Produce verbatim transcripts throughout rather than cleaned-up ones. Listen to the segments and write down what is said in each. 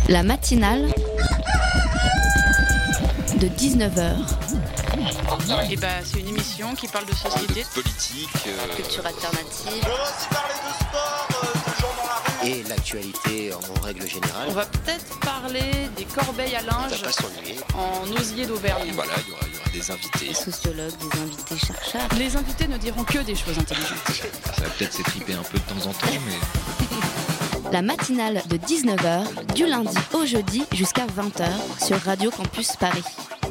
La matinale de dix-neuf heures. Et bah, c'est une émission qui parle de société, de politique, euh... culture alternative. On va aussi parler de sport, euh, de gens dans la rue. Et l'actualité en règle générale. On va peut-être parler des corbeilles à linge On va pas s'ennuyer. en osier d'Auvergne. Voilà, il y aura, il y aura des invités. Des sociologues, des invités chercheurs. Les invités ne diront que des choses intelligentes. Ça va peut-être s'étriper un peu de temps en temps, mais... La matinale de dix-neuf heures, du lundi au jeudi jusqu'à vingt heures sur Radio Campus Paris.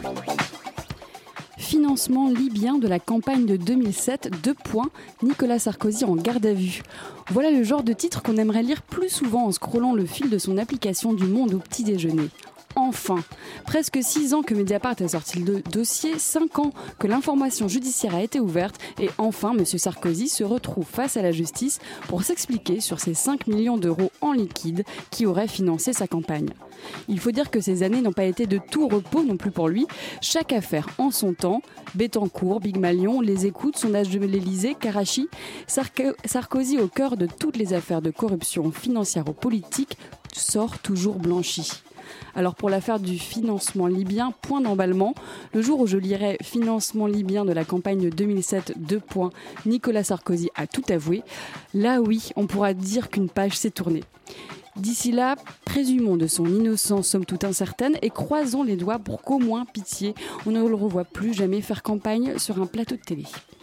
Financement libyen de la campagne de deux mille sept, deux points, Nicolas Sarkozy en garde à vue. Voilà le genre de titre qu'on aimerait lire plus souvent en scrollant le fil de son application du Monde au petit déjeuner. Enfin, presque six ans que Mediapart a sorti le dossier, cinq ans que l'information judiciaire a été ouverte et enfin M. Sarkozy se retrouve face à la justice pour s'expliquer sur ces cinq millions d'euros en liquide qui auraient financé sa campagne. Il faut dire que ces années n'ont pas été de tout repos non plus pour lui. Chaque affaire en son temps, Bettencourt, Big Malion, les écoutes, sondage de l'Élysée, Karachi, Sarko- Sarkozy au cœur de toutes les affaires de corruption financière ou politique sort toujours blanchi. Alors pour l'affaire du financement libyen, point d'emballement. Le jour où je lirai financement libyen de la campagne de deux mille sept, deux points, Nicolas Sarkozy a tout avoué. Là oui, on pourra dire qu'une page s'est tournée. D'ici là, présumons de son innocence somme toute incertaine et croisons les doigts pour qu'au moins, pitié, on ne le revoie plus jamais faire campagne sur un plateau de télé.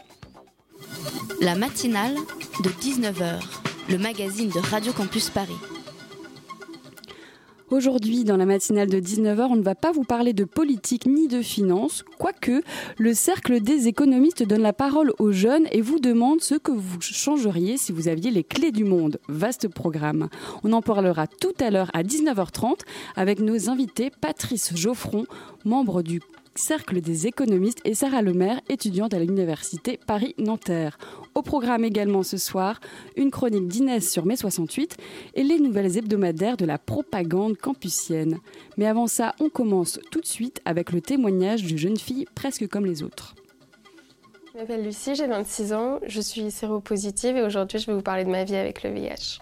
La matinale de dix-neuf heures, le magazine de Radio Campus Paris. Aujourd'hui, dans la matinale de dix-neuf heures, on ne va pas vous parler de politique ni de finances, quoique le Cercle des économistes donne la parole aux jeunes et vous demande ce que vous changeriez si vous aviez les clés du monde. Vaste programme. On en parlera tout à l'heure à dix-neuf heures trente avec nos invités Patrice Geoffron, membre du Cercle des économistes, et Sarah Lemaire, étudiante à l'université Paris-Nanterre. Au programme également ce soir, une chronique d'Inès sur mai soixante-huit et les nouvelles hebdomadaires de la propagande campusienne. Mais avant ça, on commence tout de suite avec le témoignage d'une jeune fille presque comme les autres. Je m'appelle Lucie, j'ai vingt-six ans, je suis séropositive et aujourd'hui je vais vous parler de ma vie avec le V I H.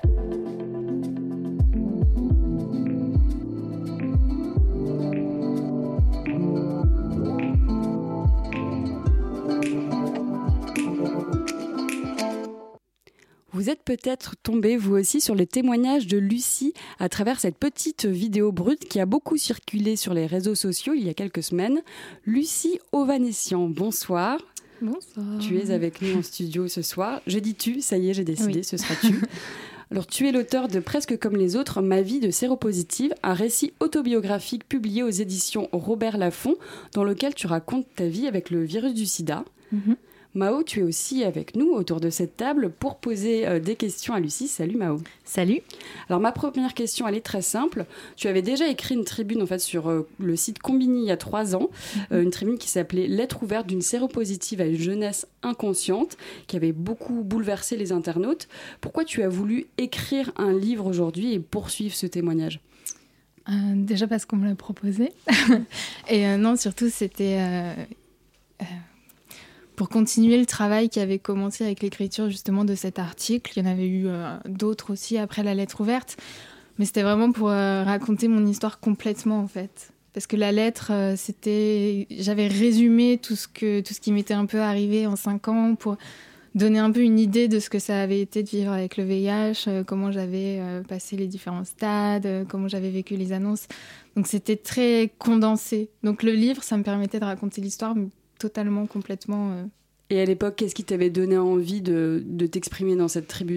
Vous êtes peut-être tombé, vous aussi, sur les témoignages de Lucie à travers cette petite vidéo brute qui a beaucoup circulé sur les réseaux sociaux il y a quelques semaines. Lucie Ovanessian, bonsoir. Bonsoir. Tu es avec nous en studio ce soir. Je dis tu, ça y est, j'ai décidé, oui. Ce sera tu. Alors, tu es l'auteur de Presque comme les autres, Ma vie de séropositive, un récit autobiographique publié aux éditions Robert Laffont, dans lequel tu racontes ta vie avec le virus du sida. Mm-hmm. Mao, tu es aussi avec nous autour de cette table pour poser euh, des questions à Lucie. Salut Mao. Salut. Alors ma première question, elle est très simple. Tu avais déjà écrit une tribune en fait sur euh, le site Combini il y a trois ans, mm-hmm. euh, une tribune qui s'appelait Lettre ouverte d'une séropositive à une jeunesse inconsciente, qui avait beaucoup bouleversé les internautes. Pourquoi tu as voulu écrire un livre aujourd'hui et poursuivre ce témoignage ? euh, Déjà parce qu'on me l'a proposé. et euh, non, surtout c'était... Euh, euh, Pour continuer le travail qui avait commencé avec l'écriture justement de cet article, il y en avait eu euh, d'autres aussi après la lettre ouverte, mais c'était vraiment pour euh, raconter mon histoire complètement en fait. Parce que la lettre, euh, c'était, j'avais résumé tout ce que tout ce qui m'était un peu arrivé en cinq ans pour donner un peu une idée de ce que ça avait été de vivre avec le V I H, euh, comment j'avais euh, passé les différents stades, euh, comment j'avais vécu les annonces. Donc c'était très condensé. Donc le livre, ça me permettait de raconter l'histoire mais totalement, complètement. Euh... Et à l'époque, qu'est-ce qui t'avait donné envie de, de t'exprimer dans cette tribune ?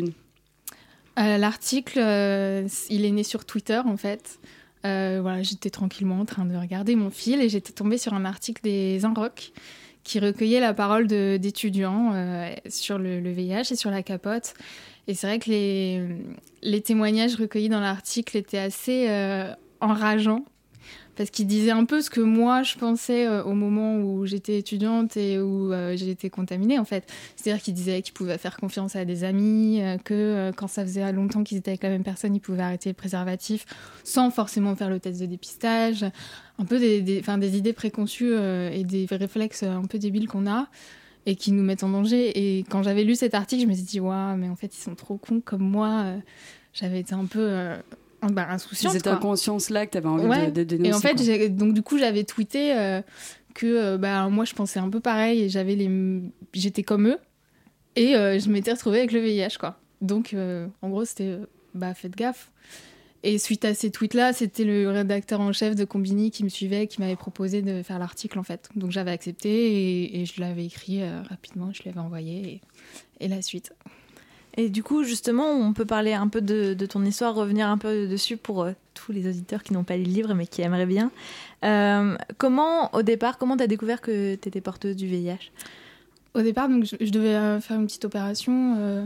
euh, L'article, euh, il est né sur Twitter, en fait. Euh, voilà, j'étais tranquillement en train de regarder mon fil et j'étais tombée sur un article des Inrocks qui recueillait la parole de, d'étudiants euh, sur le, le V I H et sur la capote. Et c'est vrai que les, les témoignages recueillis dans l'article étaient assez euh, enrageants. Parce qu'il disait un peu ce que moi, je pensais euh, au moment où j'étais étudiante et où euh, j'ai été contaminée, en fait. C'est-à-dire qu'il disait qu'il pouvait faire confiance à des amis, euh, que euh, quand ça faisait longtemps qu'ils étaient avec la même personne, ils pouvaient arrêter le préservatif sans forcément faire le test de dépistage. Un peu des, des, des idées préconçues euh, et des réflexes un peu débiles qu'on a et qui nous mettent en danger. Et quand j'avais lu cet article, je me suis dit « Waouh, mais en fait, ils sont trop cons comme moi. » J'avais été un peu... Euh, bah, insouciante. C'est cette quoi. inconscience-là que tu avais envie ouais. de, de dénoncer. Et en fait, quoi. j'ai, donc du coup, j'avais tweeté euh, que euh, bah, moi, je pensais un peu pareil et j'avais les, j'étais comme eux et euh, je m'étais retrouvée avec le V I H, quoi. Donc, euh, en gros, c'était euh, bah faites gaffe. Et suite à ces tweets-là, c'était le rédacteur en chef de Combini qui me suivait, qui m'avait proposé de faire l'article, en fait. Donc j'avais accepté et, et je l'avais écrit euh, rapidement, je l'avais envoyé et, et la suite. Et du coup, justement, on peut parler un peu de, de ton histoire, revenir un peu dessus pour euh, tous les auditeurs qui n'ont pas lu le livre mais qui aimeraient bien. Euh, comment, au départ, comment t'as découvert que t'étais porteuse du V I H ? Au départ, donc, je, je devais euh, faire une petite opération... Euh,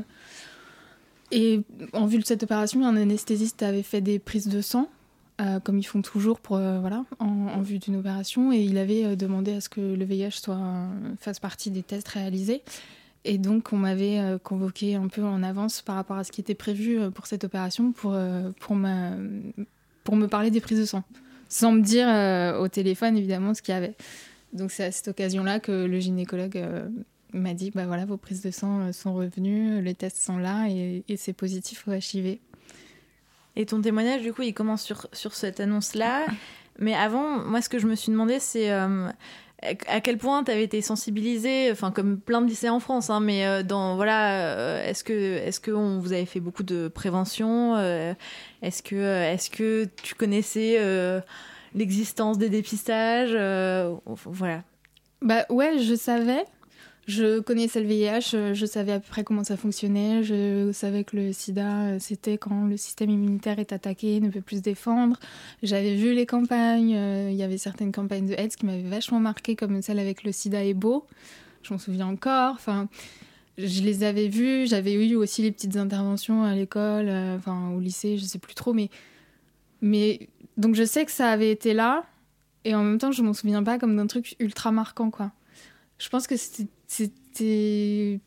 Et en vue de cette opération, un anesthésiste avait fait des prises de sang, euh, comme ils font toujours pour, euh, voilà, en, en vue d'une opération. Et il avait euh, demandé à ce que le V I H soit, euh, fasse partie des tests réalisés. Et donc, on m'avait euh, convoqué un peu en avance par rapport à ce qui était prévu euh, pour cette opération pour, euh, pour, ma, pour me parler des prises de sang. Sans me dire euh, au téléphone, évidemment, ce qu'il y avait. Donc, c'est à cette occasion-là que le gynécologue... Euh, Il m'a dit, bah voilà, vos prises de sang sont revenues, les tests sont là et, et c'est positif au H I V. Et ton témoignage, du coup, il commence sur, sur cette annonce-là. Mais avant, moi, ce que je me suis demandé, c'est euh, à quel point tu avais été sensibilisée, enfin, comme plein de lycées en France, hein, mais euh, dans, voilà, euh, est-ce que, est-ce que on, vous avez fait beaucoup de prévention euh, est-ce que, est-ce que tu connaissais euh, l'existence des dépistages euh, voilà. Bah ouais, je savais. Je connaissais le V I H, je savais à peu près comment ça fonctionnait, je savais que le sida, c'était quand le système immunitaire est attaqué, ne peut plus se défendre. J'avais vu les campagnes, il y avait certaines campagnes de AIDS qui m'avaient vachement marquée, comme celle avec le sida et beau, je m'en souviens encore. Enfin, je les avais vues, j'avais eu aussi les petites interventions à l'école, enfin au lycée, je sais plus trop, mais, mais donc je sais que ça avait été là, et en même temps je m'en souviens pas comme d'un truc ultra marquant, quoi. Je pense que c'était... c'était...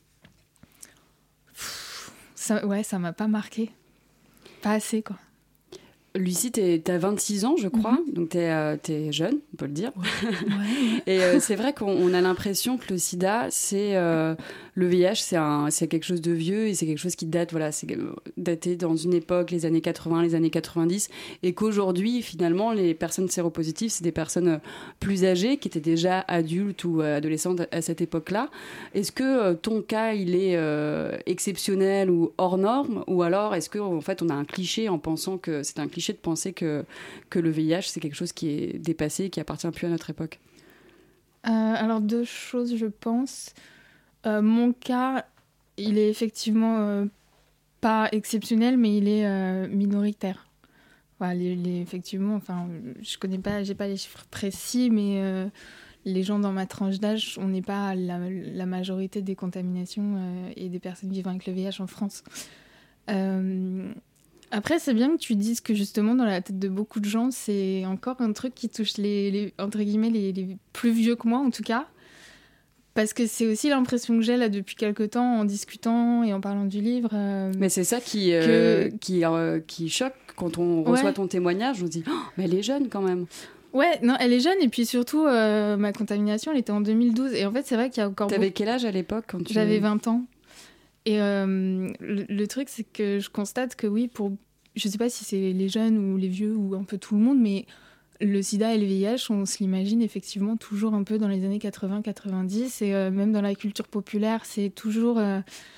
Ça, ouais, ça m'a pas marqué. Pas assez, quoi. Lucie, t'as vingt-six ans, je crois, mm-hmm. donc t'es, euh, t'es jeune, on peut le dire. Ouais. Ouais. Et euh, c'est vrai qu'on a l'impression que le sida, c'est... Euh, le V I H, c'est, un, c'est quelque chose de vieux et c'est quelque chose qui date, voilà, c'est daté dans une époque, les années quatre-vingts, les années quatre-vingt-dix, et qu'aujourd'hui, finalement, les personnes séropositives, c'est des personnes plus âgées, qui étaient déjà adultes ou adolescentes à cette époque-là. Est-ce que euh, ton cas, il est euh, exceptionnel ou hors norme, ou alors est-ce qu'en fait, on a un cliché en pensant que... C'est un cliché de penser que, que le V I H, c'est quelque chose qui est dépassé, qui appartient plus à notre époque. euh, Alors, deux choses, je pense... Euh, mon cas, il est effectivement euh, pas exceptionnel, mais il est euh, minoritaire. Voilà, les, les, effectivement, enfin, je connais pas, j'ai pas les chiffres précis, mais euh, les gens dans ma tranche d'âge, on n'est pas la, la majorité des contaminations euh, et des personnes vivant avec le V I H en France. Euh, après, c'est bien que tu dises que justement, dans la tête de beaucoup de gens, c'est encore un truc qui touche les, les entre guillemets, les, les plus vieux que moi, en tout cas. Parce que c'est aussi l'impression que j'ai là depuis quelques temps en discutant et en parlant du livre. Euh, mais c'est ça qui, euh, que... qui, euh, qui choque quand on reçoit ouais. ton témoignage. On se dit, oh, mais elle est jeune quand même. Ouais, non, elle est jeune. Et puis surtout, euh, ma contamination, elle était en deux mille douze. Et en fait, c'est vrai qu'il y a encore... T'avais beaucoup... quel âge à l'époque quand tu... J'avais vingt ans. Et euh, le, le truc, c'est que je constate que oui, pour... je sais pas si c'est les jeunes ou les vieux ou un peu tout le monde, mais... Le sida et le V I H, on se l'imagine effectivement toujours un peu dans les années quatre-vingts quatre-vingt-dix, et euh, même dans la culture populaire, c'est toujours, euh,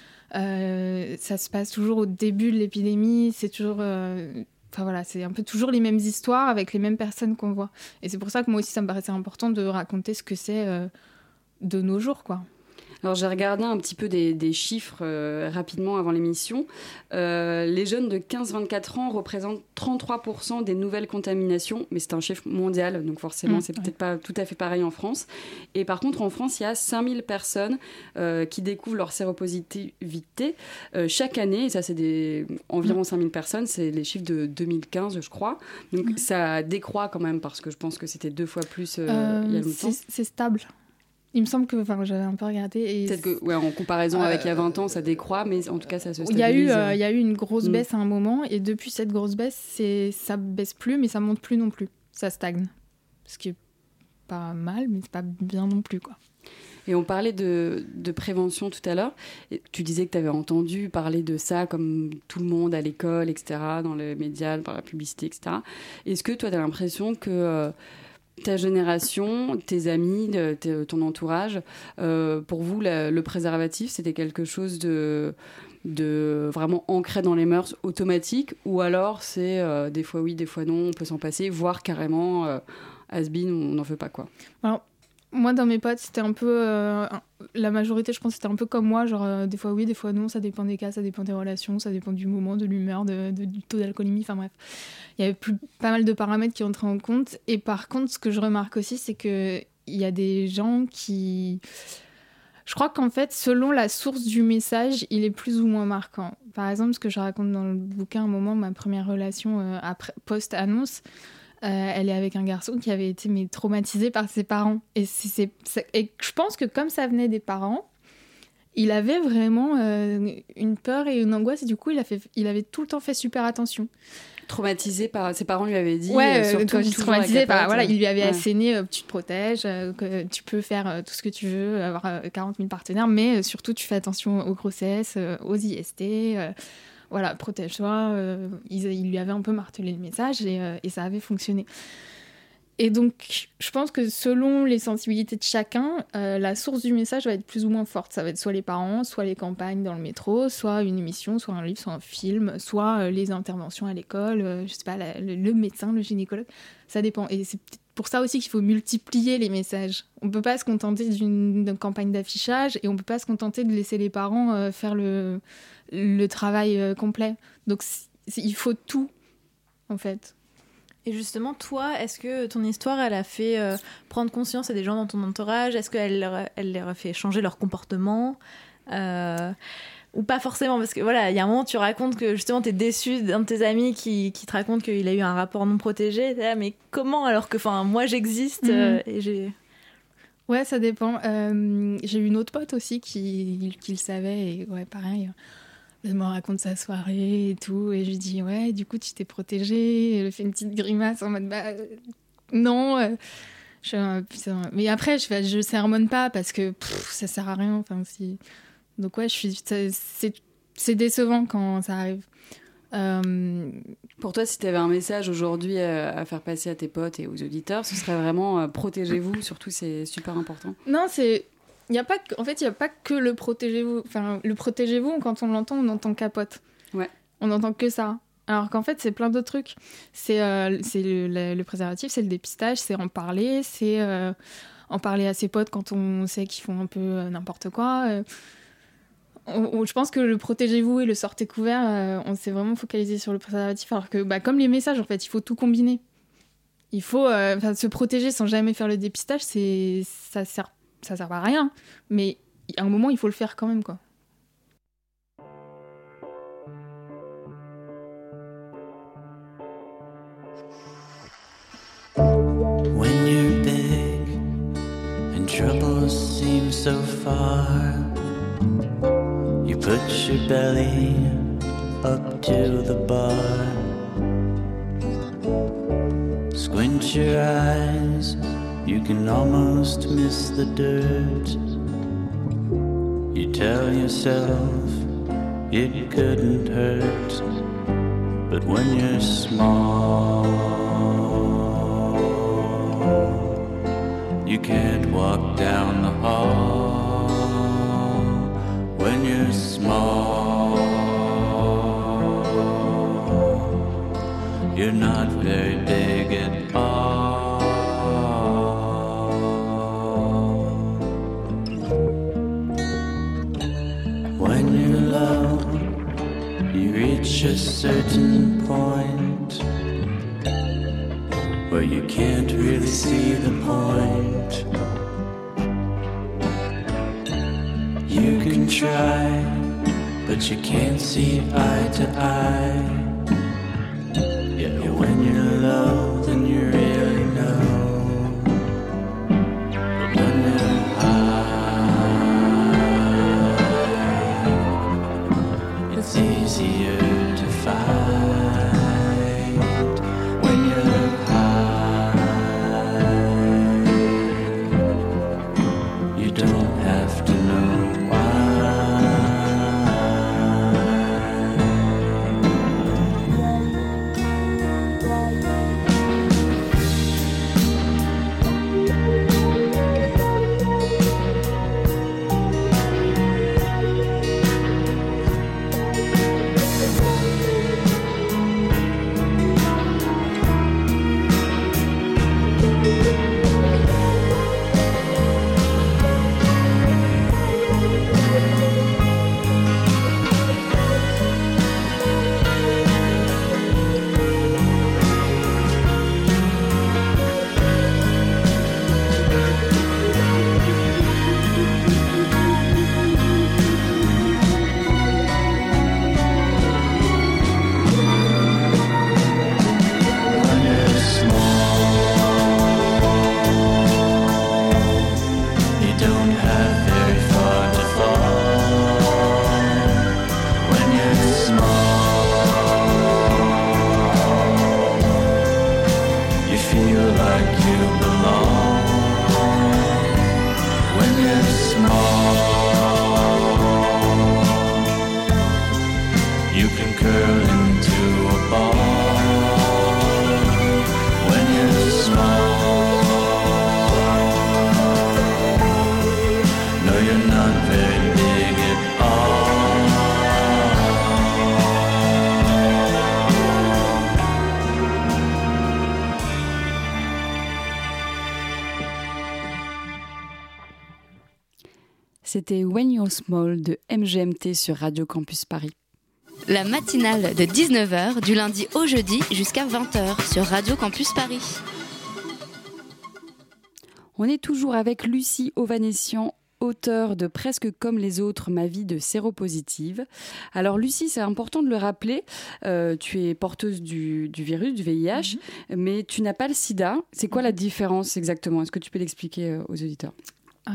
euh, ça se passe toujours au début de l'épidémie, c'est toujours, euh, enfin voilà, c'est un peu toujours les mêmes histoires avec les mêmes personnes qu'on voit. Et c'est pour ça que moi aussi, ça me paraissait important de raconter ce que c'est euh, de nos jours, quoi. Alors j'ai regardé un petit peu des, des chiffres euh, rapidement avant l'émission. Euh, les jeunes de quinze à vingt-quatre ans représentent trente-trois pour cent des nouvelles contaminations, mais c'est un chiffre mondial, donc forcément mmh, c'est peut-être ouais. pas tout à fait pareil en France. Et par contre en France, il y a cinq mille personnes euh, qui découvrent leur séropositivité euh, chaque année, et ça c'est des, environ mmh. cinq mille personnes, c'est les chiffres de deux mille quinze je crois. Donc mmh. ça décroît quand même parce que je pense que c'était deux fois plus euh, euh, il y a longtemps. C'est, c'est stable. Il me semble que, enfin, j'avais un peu regardé. Et peut-être que, ouais, en comparaison euh, avec il y a vingt ans, ça décroît, mais en tout cas, ça se stabilise. Il y a eu, euh, il y a eu une grosse baisse mmh. à un moment, et depuis cette grosse baisse, c'est, ça baisse plus, mais ça monte plus non plus. Ça stagne. Ce qui est pas mal, mais c'est pas bien non plus, quoi. Et on parlait de, de prévention tout à l'heure. Et tu disais que tu avais entendu parler de ça comme tout le monde à l'école, et cetera, dans les médias, par la publicité, et cetera. Est-ce que toi, tu as l'impression que euh, ta génération, tes amis, de, ton entourage, euh, pour vous, la, le préservatif, c'était quelque chose de, de vraiment ancré dans les mœurs, automatique, ou alors c'est euh, des fois oui, des fois non, on peut s'en passer, voire carrément euh, has-been, on n'en veut pas, quoi. Alors, moi, dans mes potes, c'était un peu... Euh, la majorité, je pense, c'était un peu comme moi, genre euh, des fois oui, des fois non, ça dépend des cas, ça dépend des relations, ça dépend du moment, de l'humeur, de, de, du taux d'alcoolémie, enfin bref. Il y avait plus, pas mal de paramètres qui entraient en compte. Et par contre, ce que je remarque aussi, c'est qu'il y a des gens qui... Je crois qu'en fait, selon la source du message, il est plus ou moins marquant. Par exemple, ce que je raconte dans le bouquin, un moment, ma première relation euh, après, post-annonce, Euh, elle est avec un garçon qui avait été mais, traumatisé par ses parents. Et, c'est, c'est, c'est, et je pense que comme ça venait des parents, il avait vraiment euh, une peur et une angoisse. Et du coup, il, a fait, il avait tout le temps fait super attention. Traumatisé par... Ses parents lui avaient dit... Ouais, euh, surtout, quand je dis traumatisé, par, voilà, il lui avait ouais. asséné, euh, tu te protèges, euh, que tu peux faire euh, tout ce que tu veux, avoir euh, quarante mille partenaires, mais euh, surtout, tu fais attention aux grossesses, euh, aux I S T... Euh, Voilà, protège-toi. Euh, il, il lui avait un peu martelé le message et, euh, et ça avait fonctionné. Et donc, je pense que selon les sensibilités de chacun, euh, la source du message va être plus ou moins forte. Ça va être soit les parents, soit les campagnes dans le métro, soit une émission, soit un livre, soit un film, soit euh, les interventions à l'école, euh, je sais pas, la, le, le médecin, le gynécologue. Ça dépend. Et c'est pour ça aussi qu'il faut multiplier les messages. On ne peut pas se contenter d'une, d'une campagne d'affichage et on ne peut pas se contenter de laisser les parents euh, faire le, le travail euh, complet. Donc, c'est, c'est, il faut tout, en fait. Et justement, toi, est-ce que ton histoire, elle a fait euh, prendre conscience à des gens dans ton entourage ? Est-ce qu'elle leur, elle leur a fait changer leur comportement ? euh, Ou pas forcément ? Parce que voilà, il y a un moment, tu racontes que justement, t'es déçu d'un de tes amis qui, qui te raconte qu'il a eu un rapport non protégé. T'es là, mais comment ? Alors que moi, j'existe euh, et j'ai... Ouais, ça dépend. Euh, j'ai eu une autre pote aussi qui, qui le savait et ouais, pareil... Elle me raconte sa soirée et tout, et je lui dis ouais, du coup tu t'es protégée. Elle fait une petite grimace en mode bah euh, non. Euh, je, euh, putain. Mais après je fais, je sermonne pas parce que pff, ça sert à rien. Enfin si. Donc ouais, je suis, c'est, c'est, c'est décevant quand ça arrive. Euh... Pour toi, si tu avais un message aujourd'hui à, à faire passer à tes potes et aux auditeurs, ce serait vraiment euh, protégez-vous. Surtout, c'est super important. Non, c'est Il y a pas que, en fait, il n'y a pas que le protégez-vous. Enfin, le protégez-vous, quand on l'entend, on entend capote. Ouais. On n'entend que ça. Alors qu'en fait, c'est plein d'autres trucs. C'est, euh, c'est le, le, le préservatif, c'est le dépistage, c'est en parler, c'est euh, en parler à ses potes quand on sait qu'ils font un peu euh, n'importe quoi. Euh, on, on, je pense que le protégez-vous et le sortez couvert, euh, on s'est vraiment focalisé sur le préservatif. Alors que, bah, comme les messages, en fait, il faut tout combiner. Il faut euh, se protéger sans jamais faire le dépistage, c'est, ça sert ça sert à rien, mais à un moment, il faut le faire quand même, quoi. When you're big and trouble seems so far, you put your belly up to the bar, squint your eyes, you can almost miss the dirt. You tell yourself it couldn't hurt, but when you're small, you can't walk down the hall. When you're small, you're not very big at all. Reach a certain point where you can't really see the point. You can try, but you can't see eye to eye. Yeah, when you're low, then you really know. But when you're high, it's easier to fight. When you're high, you don't small, you can curl into a ball. When you're small, no, you're not very big at all. C'était When You're Small de M G M T sur Radio Campus Paris. La matinale de dix-neuf heures du lundi au jeudi jusqu'à vingt heures sur Radio Campus Paris. On est toujours avec Lucie Ovanessian, auteure de Presque comme les autres, ma vie de séropositive. Alors Lucie, c'est important de le rappeler, euh, tu es porteuse du, du virus, du V I H, mmh. mais tu n'as pas le sida. C'est quoi la différence exactement ? Est-ce que tu peux l'expliquer aux auditeurs ? euh,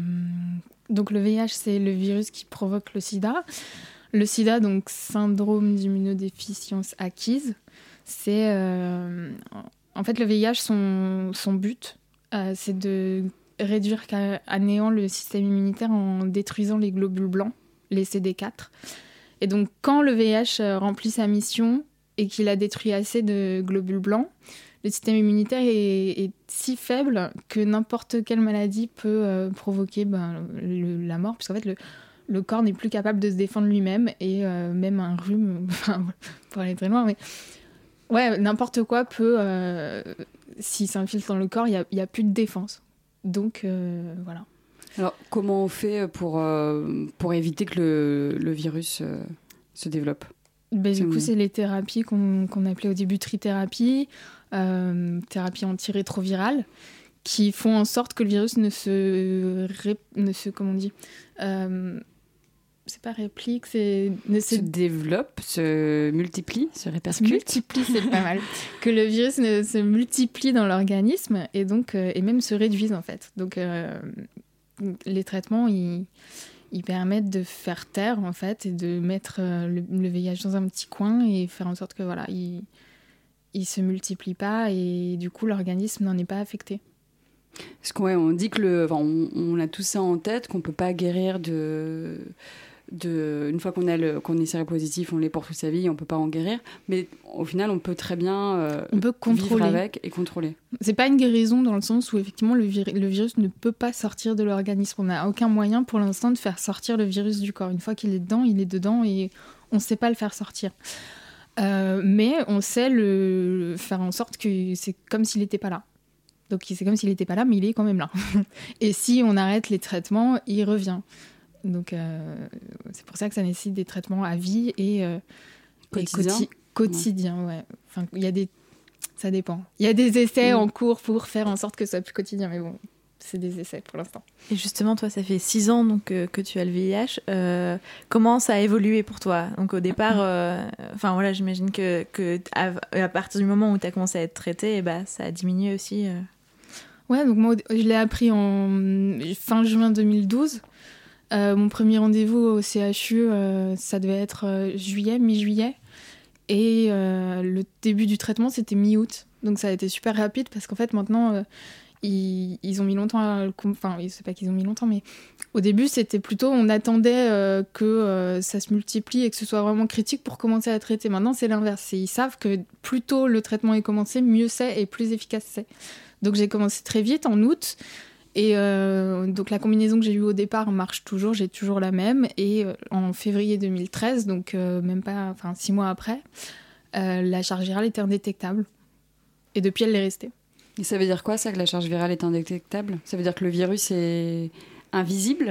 Donc le V I H, c'est le virus qui provoque le sida. Le sida, donc syndrome d'immunodéficience acquise, c'est... Euh, en fait, le V I H, son, son but, euh, c'est de réduire à néant le système immunitaire en détruisant les globules blancs, les C D quatre. Et donc, quand le V I H remplit sa mission et qu'il a détruit assez de globules blancs, le système immunitaire est, est si faible que n'importe quelle maladie peut euh, provoquer ben, le, la mort, puisqu'en fait, le, le corps n'est plus capable de se défendre lui-même, et euh, même un rhume, pour aller très loin, mais ouais, n'importe quoi peut, euh, s'il s'infiltre dans le corps, il n'y a, y a plus de défense. Donc, euh, voilà. Alors, comment on fait pour, euh, pour éviter que le, le virus euh, se développe ? Ben, du coup, c'est les thérapies qu'on, qu'on appelait au début trithérapie, euh, thérapie antirétrovirale, qui font en sorte que le virus ne se... Ré... ne se comment on dit euh, c'est pas réplique, c'est... Ne se... se développe, se multiplie, se répercute. Se multiplie, c'est pas mal. Que le virus ne se multiplie dans l'organisme et, donc, euh, et même se réduise, en fait. Donc, euh, les traitements, ils... ils permettent de faire taire, en fait, et de mettre euh, le, le V I H dans un petit coin et faire en sorte que, voilà, il ne se multiplie pas et, du coup, l'organisme n'en est pas affecté. Parce qu'on ouais, on dit que le, enfin, on, on a tout ça en tête, qu'on ne peut pas guérir de, de... Une fois qu'on, a le, qu'on est séropositif, on l'est pour toute sa vie, on ne peut pas en guérir. Mais au final, on peut très bien euh, on peut contrôler. vivre avec et contrôler. Ce n'est pas une guérison dans le sens où, effectivement, le, vir- le virus ne peut pas sortir de l'organisme. On n'a aucun moyen, pour l'instant, de faire sortir le virus du corps. Une fois qu'il est dedans, il est dedans et on ne sait pas le faire sortir. Euh, mais on sait le, faire en sorte que c'est comme s'il n'était pas là. Donc c'est comme s'il n'était pas là, mais il est quand même là. Et si on arrête les traitements, il revient. Donc euh, c'est pour ça que ça nécessite des traitements à vie et, euh, quotidien. et quoti- quotidien. Ouais. Enfin, il y a des, ça dépend. Il y a des essais mmh. en cours pour faire en sorte que ce soit plus quotidien, mais bon, c'est des essais pour l'instant. Et justement, toi, ça fait six ans donc, euh, que tu as le V I H. Euh, comment ça a évolué pour toi ? Donc au départ, enfin euh, voilà, j'imagine que, que à, à partir du moment où tu as commencé à être traitée, eh ben, ça a diminué aussi. Euh... Ouais, donc moi, je l'ai appris en fin juin deux mille douze. Euh, mon premier rendez-vous au C H U, euh, ça devait être euh, juillet, mi-juillet. Et euh, le début du traitement, c'était mi-août. Donc ça a été super rapide parce qu'en fait, maintenant, euh, ils, ils ont mis longtemps à... Enfin, c'est pas qu'ils ont mis longtemps, mais au début, c'était plutôt... On attendait euh, que euh, ça se multiplie et que ce soit vraiment critique pour commencer à traiter. Maintenant, c'est l'inverse. C'est, ils savent que plus tôt le traitement est commencé, mieux c'est et plus efficace c'est. Donc j'ai commencé très vite, en août. Et euh, donc la combinaison que j'ai eue au départ marche toujours, j'ai toujours la même. Et euh, en février deux mille treize, donc euh, même pas, enfin six mois après, euh, la charge virale était indétectable. Et depuis, elle l'est restée. Et ça veut dire quoi, ça, que la charge virale est indétectable ? Ça veut dire que le virus est invisible ?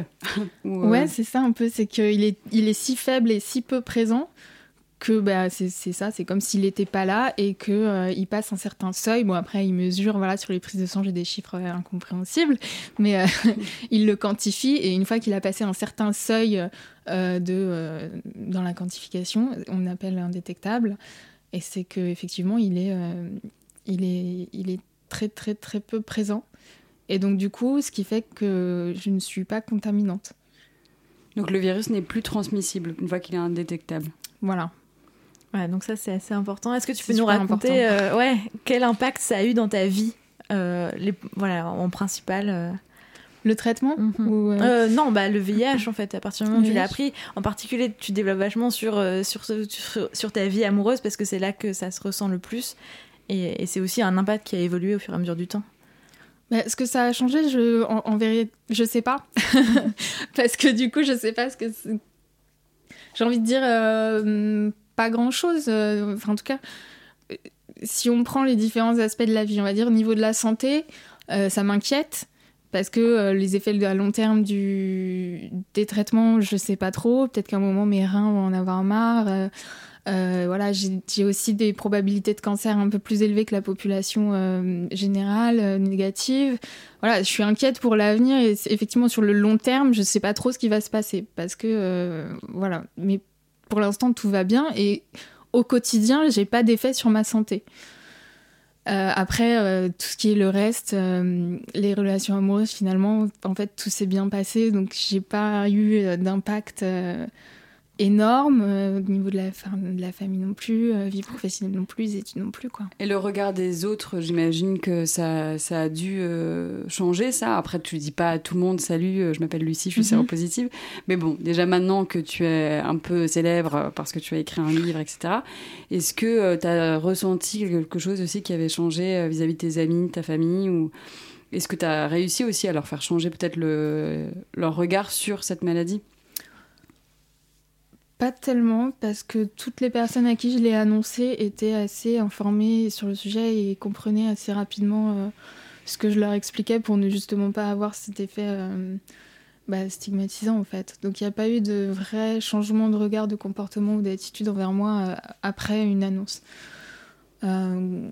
Ou euh... Ouais, c'est ça un peu. C'est qu'il est, il est si faible et si peu présent que bah, c'est, c'est ça, c'est comme s'il n'était pas là et qu'il euh, passe un certain seuil. Bon, après, il mesure, voilà, sur les prises de sang, j'ai des chiffres euh, incompréhensibles, mais euh, il le quantifie et une fois qu'il a passé un certain seuil euh, de, euh, dans la quantification, on appelle indétectable. Et c'est qu'effectivement, il est, euh, il est, il est très, très, très peu présent. Et donc, du coup, ce qui fait que je ne suis pas contaminante. Donc, le virus n'est plus transmissible une fois qu'il est indétectable. Voilà. Ouais, donc ça, c'est assez important. Est-ce que tu peux nous raconter euh, ouais, quel impact ça a eu dans ta vie, euh, les, voilà, en principal euh... Le traitement mm-hmm. ou euh... Euh, Non, bah, le V I H, en fait, à partir du moment où oui. tu l'as appris. En particulier, tu développes vachement sur, euh, sur, sur, sur ta vie amoureuse, parce que c'est là que ça se ressent le plus. Et, et c'est aussi un impact qui a évolué au fur et à mesure du temps. Bah, ce que ça a changé, je, en, en vérité, je sais pas. Parce que du coup, je sais pas ce que c'est. J'ai envie de dire euh, pas grand-chose. Euh, enfin, en tout cas, si on prend les différents aspects de la vie, on va dire au niveau de la santé, euh, ça m'inquiète. Parce que euh, les effets à long terme du... des traitements, je sais pas trop. Peut-être qu'à un moment, mes reins vont en avoir marre. Euh, euh, voilà, j'ai, j'ai aussi des probabilités de cancer un peu plus élevées que la population euh, générale, euh, négative. Voilà, je suis inquiète pour l'avenir. Et effectivement, sur le long terme, je sais pas trop ce qui va se passer. Parce que, euh, voilà. Mais pour l'instant, tout va bien. Et au quotidien, j'ai pas d'effet sur ma santé. Euh, après, euh, tout ce qui est le reste, euh, les relations amoureuses, finalement, en fait, tout s'est bien passé, donc j'ai pas eu euh, d'impact euh, énorme euh, au niveau de la, fa- de la famille non plus, euh, vie professionnelle non plus, les études non plus, quoi. Et le regard des autres, j'imagine que ça, ça a dû euh, changer, ça. Après, tu dis pas à tout le monde « Salut, euh, je m'appelle Lucie, je suis mm-hmm. séropositive ». Mais bon, déjà maintenant que tu es un peu célèbre parce que tu as écrit un livre, et cetera, est-ce que euh, tu as ressenti quelque chose aussi qui avait changé euh, vis-à-vis de tes amis, de ta famille, ou est-ce que tu as réussi aussi à leur faire changer peut-être le, leur regard sur cette maladie ? Pas tellement, parce que toutes les personnes à qui je l'ai annoncé étaient assez informées sur le sujet et comprenaient assez rapidement euh, ce que je leur expliquais pour ne justement pas avoir cet effet euh, bah, stigmatisant, en fait. Donc il n'y a pas eu de vrai changement de regard, de comportement ou d'attitude envers moi euh, après une annonce. Euh...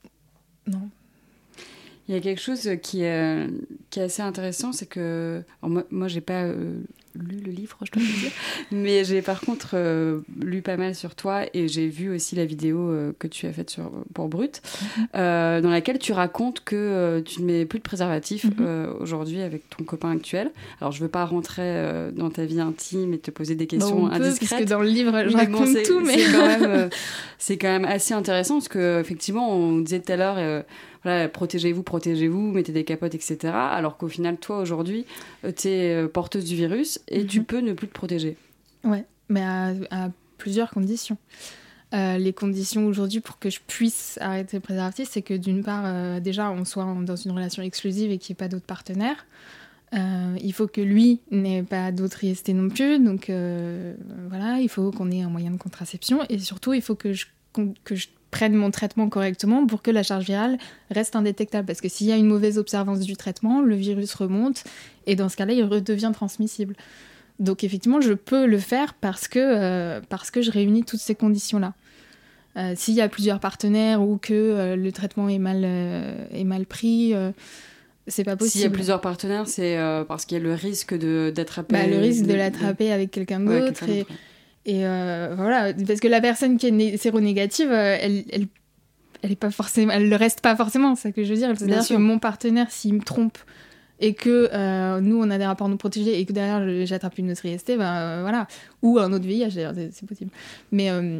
Non. Il y a quelque chose qui est, qui est assez intéressant, c'est que... Alors moi, moi, j'ai pas euh, lu le livre, je dois le dire, mais j'ai par contre euh, lu pas mal sur toi et j'ai vu aussi la vidéo euh, que tu as faite sur, pour Brut, mm-hmm. euh, dans laquelle tu racontes que euh, tu ne mets plus de préservatif mm-hmm. euh, aujourd'hui avec ton copain actuel. Alors, je veux pas rentrer euh, dans ta vie intime et te poser des questions bon, on peut, indiscrètes. Parce que dans le livre, je mais raconte bon, c'est, tout, mais... c'est, quand même, euh, c'est quand même assez intéressant parce qu'effectivement, on disait tout à l'heure... Euh, Voilà, protégez-vous, protégez-vous, mettez des capotes, et cetera. Alors qu'au final, toi, aujourd'hui, tu es porteuse du virus et mm-hmm. tu peux ne plus te protéger. Ouais, mais à, à plusieurs conditions. Euh, les conditions aujourd'hui pour que je puisse arrêter le préservatif, c'est que d'une part, euh, déjà, on soit dans une relation exclusive et qu'il n'y ait pas d'autres partenaires. Euh, il faut que lui n'ait pas d'autres I S T non plus. Donc euh, voilà, il faut qu'on ait un moyen de contraception. Et surtout, il faut que je, que je prenne mon traitement correctement pour que la charge virale reste indétectable. Parce que s'il y a une mauvaise observance du traitement, le virus remonte et dans ce cas-là, il redevient transmissible. Donc effectivement, je peux le faire parce que, euh, parce que je réunis toutes ces conditions-là. Euh, s'il y a plusieurs partenaires ou que euh, le traitement est mal, euh, est mal pris, euh, c'est pas possible. S'il y a plusieurs partenaires, c'est euh, parce qu'il y a le risque de, d'attraper... Bah, le risque de l'attraper avec quelqu'un d'autre. Ouais, quelqu'un d'autre. Et, et euh, voilà, parce que la personne qui est né- séronégative, euh, elle, elle, elle est pas forcément, elle le reste pas forcément, c'est ça que je veux dire. C'est-à-dire Bien que sûr. Mon partenaire, s'il me trompe et que euh, nous, on a des rapports non protégés et que derrière, j'attrape une autre I S T, ben euh, voilà. Ou un autre V I H, d'ailleurs, c'est, c'est possible. Mais... Euh,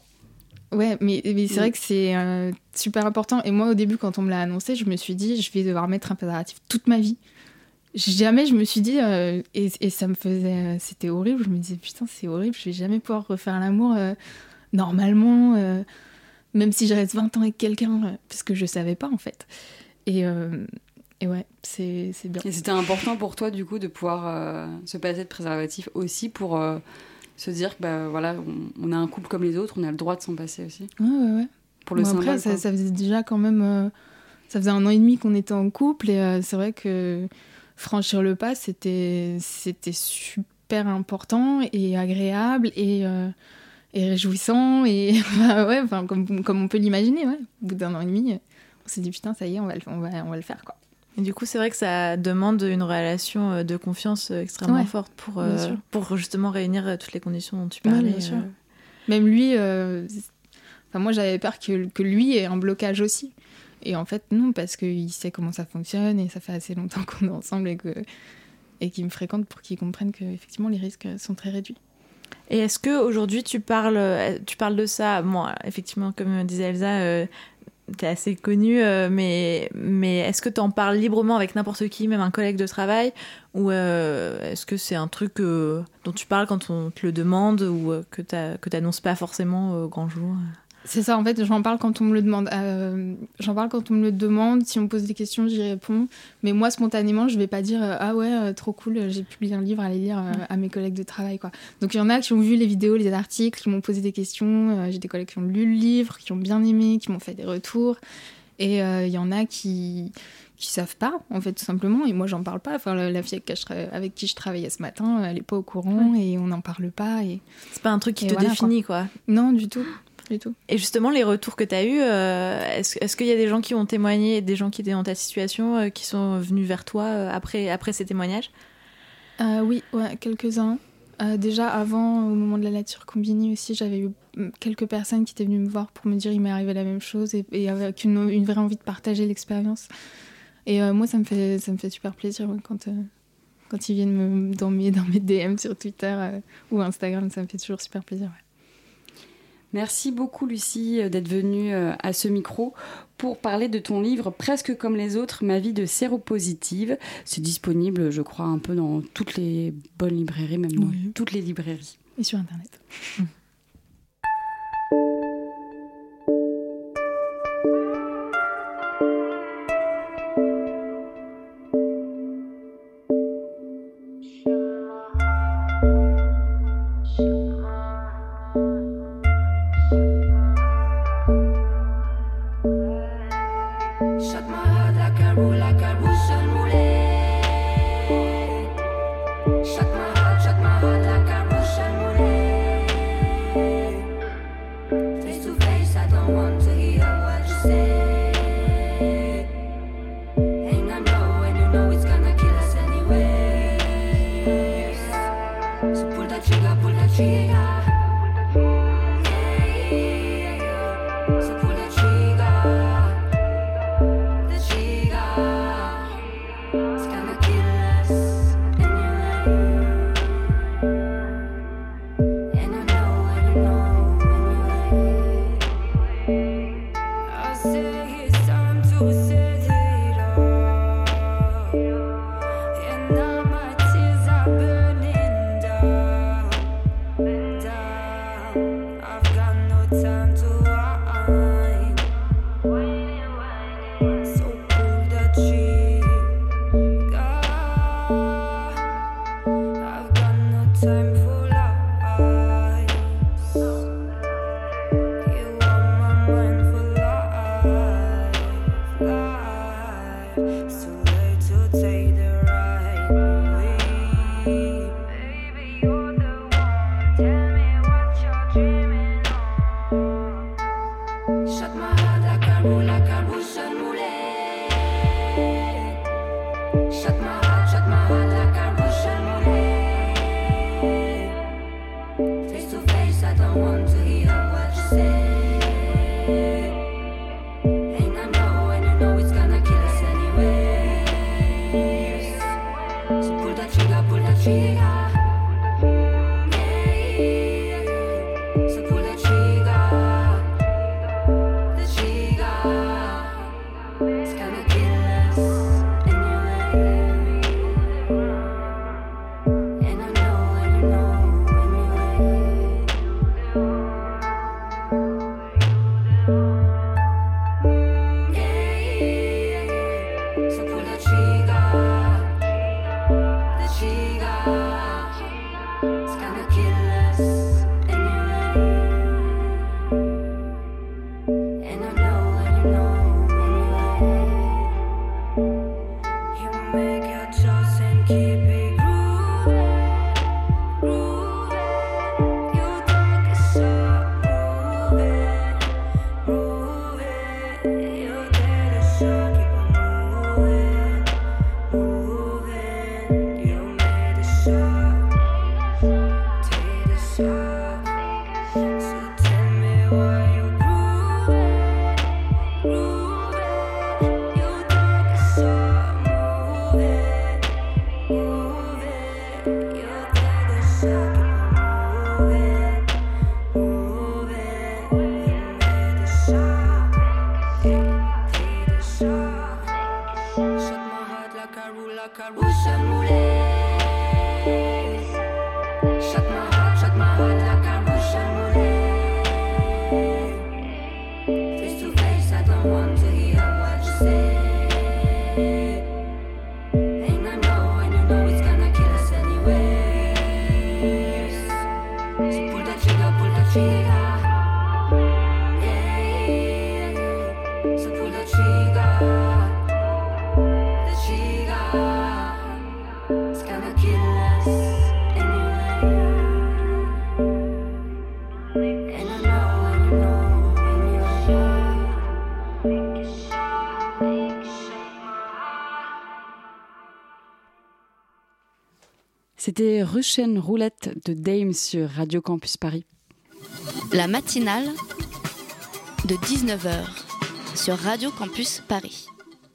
Ouais, mais, mais c'est vrai que c'est euh, super important. Et moi, au début, quand on me l'a annoncé, je me suis dit, je vais devoir mettre un préservatif toute ma vie. Jamais je me suis dit, euh, et, et ça me faisait... Euh, c'était horrible. Je me disais, putain, c'est horrible, je vais jamais pouvoir refaire l'amour euh, normalement, euh, même si je reste vingt ans avec quelqu'un, euh, parce que je savais pas, en fait. Et, euh, et ouais, c'est, c'est bien. Et c'était important pour toi, du coup, de pouvoir euh, se passer de préservatif aussi pour... Euh... se dire que bah, voilà, on, on a un couple comme les autres, on a le droit de s'en passer aussi. Ouais, ouais, ouais. Pour le bon, symbole, après, ça, ça faisait déjà quand même... Euh, ça faisait un an et demi qu'on était en couple et euh, c'est vrai que franchir le pas, c'était, c'était super important et agréable et, euh, et réjouissant. Et bah, ouais, comme, comme on peut l'imaginer, ouais. Au bout d'un an et demi, on s'est dit putain, ça y est, on va le, on va, on va le faire, quoi. Et du coup, c'est vrai que ça demande une relation de confiance extrêmement ouais, forte pour, euh, pour justement réunir toutes les conditions dont tu parlais. Ouais, bien sûr. Euh... Même lui, euh... enfin, moi j'avais peur que, que lui ait un blocage aussi. Et en fait, non, parce qu'il sait comment ça fonctionne et ça fait assez longtemps qu'on est ensemble et, que... et qu'il me fréquente pour qu'il comprenne qu'effectivement les risques sont très réduits. Et est-ce qu'aujourd'hui tu parles, tu parles de ça, bon, effectivement, comme disait Elsa, euh, t'es assez connu, euh, mais, mais est-ce que t'en parles librement avec n'importe qui, même un collègue de travail, ou euh, est-ce que c'est un truc euh, dont tu parles quand on te le demande, ou euh, que, t'as, que t'annonces pas forcément au grand jour? C'est ça, en fait, j'en parle quand on me le demande. Euh, j'en parle quand on me le demande. Si on me pose des questions, j'y réponds. Mais moi, spontanément, je vais pas dire euh, ah ouais, euh, trop cool, j'ai publié un livre, allez lire euh, à mes collègues de travail, quoi. Donc il y en a qui ont vu les vidéos, les articles, qui m'ont posé des questions. Euh, j'ai des collègues qui ont lu le livre, qui ont bien aimé, qui m'ont fait des retours. Et il euh, y en a qui qui savent pas, en fait, tout simplement. Et moi, j'en parle pas. Enfin, la, la fille avec qui, je, avec qui je travaillais ce matin, elle est pas au courant, ouais. Et on n'en parle pas. Et c'est pas un truc qui te voilà, définit, quoi. quoi. Non, du tout. Du tout. Et justement, les retours que tu as eus, euh, est-ce, est-ce qu'il y a des gens qui ont témoigné, des gens qui étaient dans ta situation, euh, qui sont venus vers toi euh, après, après ces témoignages? euh, Oui, ouais, quelques-uns. Euh, déjà, avant, au moment de la lecture combinée aussi, j'avais eu quelques personnes qui étaient venues me voir pour me dire qu'il m'est arrivé la même chose et, et avec une, une vraie envie de partager l'expérience. Et euh, moi, ça me fait, ça me fait super plaisir ouais, quand, euh, quand ils viennent me, dans, mes, dans mes D M sur Twitter euh, ou Instagram, ça me fait toujours super plaisir. Ouais. Merci beaucoup Lucie d'être venue à ce micro pour parler de ton livre Presque comme les autres, ma vie de séropositive. C'est disponible, je crois, un peu dans toutes les bonnes librairies, même dans oui. toutes les librairies. Et sur Internet. Mmh. The trigger, the trigger. C'était Russian Roulette de Dame sur Radio Campus Paris. La matinale de dix-neuf heures sur Radio Campus Paris.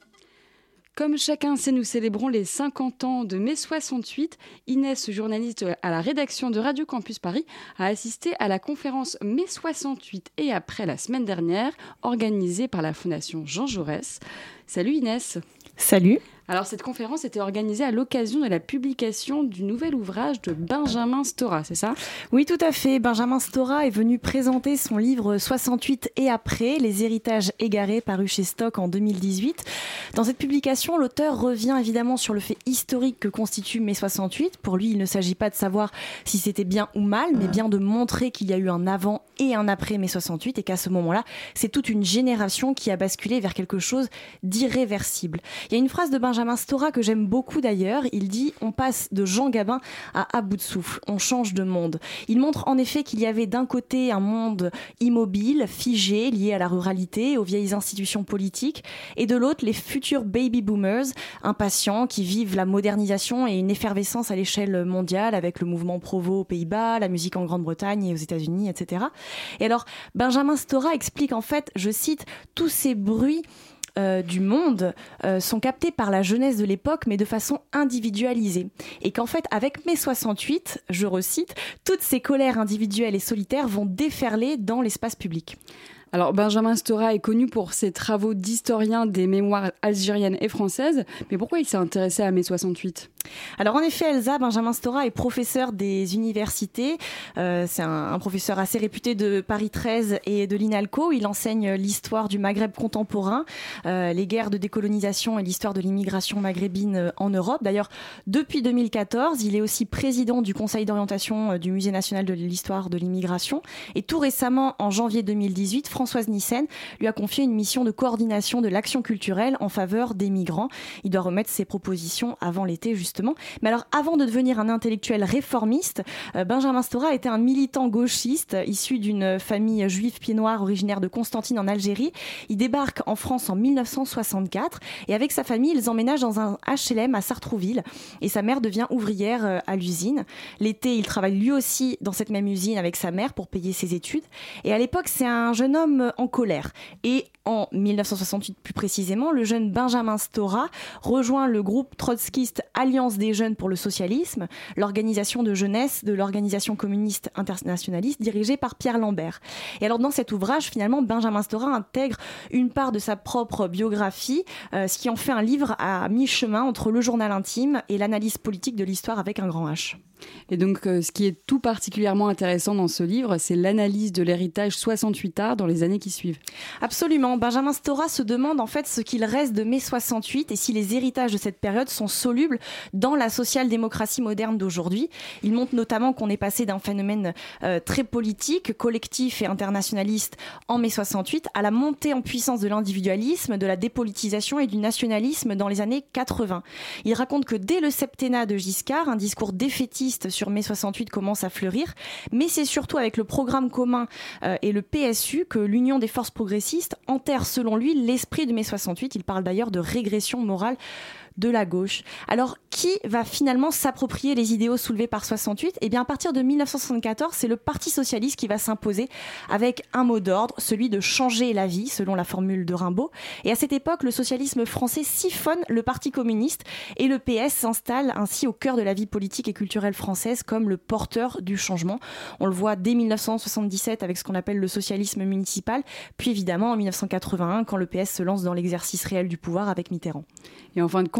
Comme chacun sait, nous célébrons les cinquante ans de mai soixante-huit. Inès, journaliste à la rédaction de Radio Campus Paris, a assisté à la conférence mai soixante-huit et après la semaine dernière, organisée par la Fondation Jean Jaurès. Salut Inès. Salut. Alors cette conférence était organisée à l'occasion de la publication du nouvel ouvrage de Benjamin Stora, c'est ça ? Oui, tout à fait. Benjamin Stora est venu présenter son livre soixante-huit et après, les héritages égarés, paru chez Stock en deux mille dix-huit. Dans cette publication, l'auteur revient évidemment sur le fait historique que constitue mai soixante-huit. Pour lui, il ne s'agit pas de savoir si c'était bien ou mal, mais bien de montrer qu'il y a eu un avant et un après mai soixante-huit et qu'à ce moment-là, c'est toute une génération qui a basculé vers quelque chose d'irréversible. Il y a une phrase de Benjamin Benjamin Stora que j'aime beaucoup d'ailleurs, il dit « On passe de Jean Gabin à à bout de souffle, on change de monde ». Il montre en effet qu'il y avait d'un côté un monde immobile, figé, lié à la ruralité, aux vieilles institutions politiques, et de l'autre les futurs baby boomers, impatients, qui vivent la modernisation et une effervescence à l'échelle mondiale avec le mouvement Provo aux Pays-Bas, la musique en Grande-Bretagne et aux États-Unis, et cetera. Et alors, Benjamin Stora explique en fait, je cite, « Tous ces bruits Euh, du monde euh, sont captés par la jeunesse de l'époque, mais de façon individualisée. Et qu'en fait, avec mai soixante-huit, je recite, toutes ces colères individuelles et solitaires vont déferler dans l'espace public. Alors, Benjamin Stora est connu pour ses travaux d'historien des mémoires algériennes et françaises, mais pourquoi il s'est intéressé à mai soixante-huit ? Alors en effet, Elsa, Benjamin Stora est professeur des universités. Euh, c'est un, un professeur assez réputé de Paris treize et de l'INALCO. Il enseigne l'histoire du Maghreb contemporain, euh, les guerres de décolonisation et l'histoire de l'immigration maghrébine en Europe. D'ailleurs, depuis deux mille quatorze, il est aussi président du conseil d'orientation du Musée national de l'histoire de l'immigration. Et tout récemment, en janvier deux mille dix-huit, Françoise Nyssen lui a confié une mission de coordination de l'action culturelle en faveur des migrants. Il doit remettre ses propositions avant l'été, justement. Mais alors, avant de devenir un intellectuel réformiste, euh, Benjamin Stora était un militant gauchiste issu d'une famille juive pied-noir originaire de Constantine en Algérie. Il débarque en France en mille neuf cent soixante-quatre et avec sa famille, ils emménagent dans un H L M à Sartrouville et sa mère devient ouvrière euh, à l'usine. L'été, il travaille lui aussi dans cette même usine avec sa mère pour payer ses études. Et à l'époque, c'est un jeune homme en colère. Et en mille neuf cent soixante-huit, plus précisément, le jeune Benjamin Stora rejoint le groupe trotskiste Alliance des jeunes pour le socialisme, l'organisation de jeunesse de l'organisation communiste internationaliste dirigée par Pierre Lambert. Et alors dans cet ouvrage, finalement, Benjamin Stora intègre une part de sa propre biographie, euh, ce qui en fait un livre à mi-chemin entre le journal intime et l'analyse politique de l'histoire avec un grand H. Et donc, euh, ce qui est tout particulièrement intéressant dans ce livre, c'est l'analyse de l'héritage soixante-huit art dans les années qui suivent. Absolument. Benjamin Stora se demande en fait ce qu'il reste de mai soixante-huit et si les héritages de cette période sont solubles dans la social-démocratie moderne d'aujourd'hui. Il montre notamment qu'on est passé d'un phénomène euh, très politique, collectif et internationaliste en mai soixante-huit à la montée en puissance de l'individualisme, de la dépolitisation et du nationalisme dans les années quatre-vingts. Il raconte que dès le septennat de Giscard, un discours défaitiste sur mai soixante-huit commence à fleurir, mais c'est surtout avec le programme commun euh, et le P S U que l'Union des forces progressistes enterre selon lui l'esprit de mai soixante-huit. Il parle d'ailleurs de régression morale de la gauche. Alors, qui va finalement s'approprier les idéaux soulevés par soixante-huit ? Eh bien, à partir de mille neuf cent soixante-quatorze, c'est le Parti socialiste qui va s'imposer avec un mot d'ordre, celui de changer la vie, selon la formule de Rimbaud. Et à cette époque, le socialisme français siphonne le Parti communiste et le P S s'installe ainsi au cœur de la vie politique et culturelle française comme le porteur du changement. On le voit dès mille neuf cent soixante-dix-sept avec ce qu'on appelle le socialisme municipal, puis évidemment en mille neuf cent quatre-vingt-un quand le P S se lance dans l'exercice réel du pouvoir avec Mitterrand. Et en fin de compte,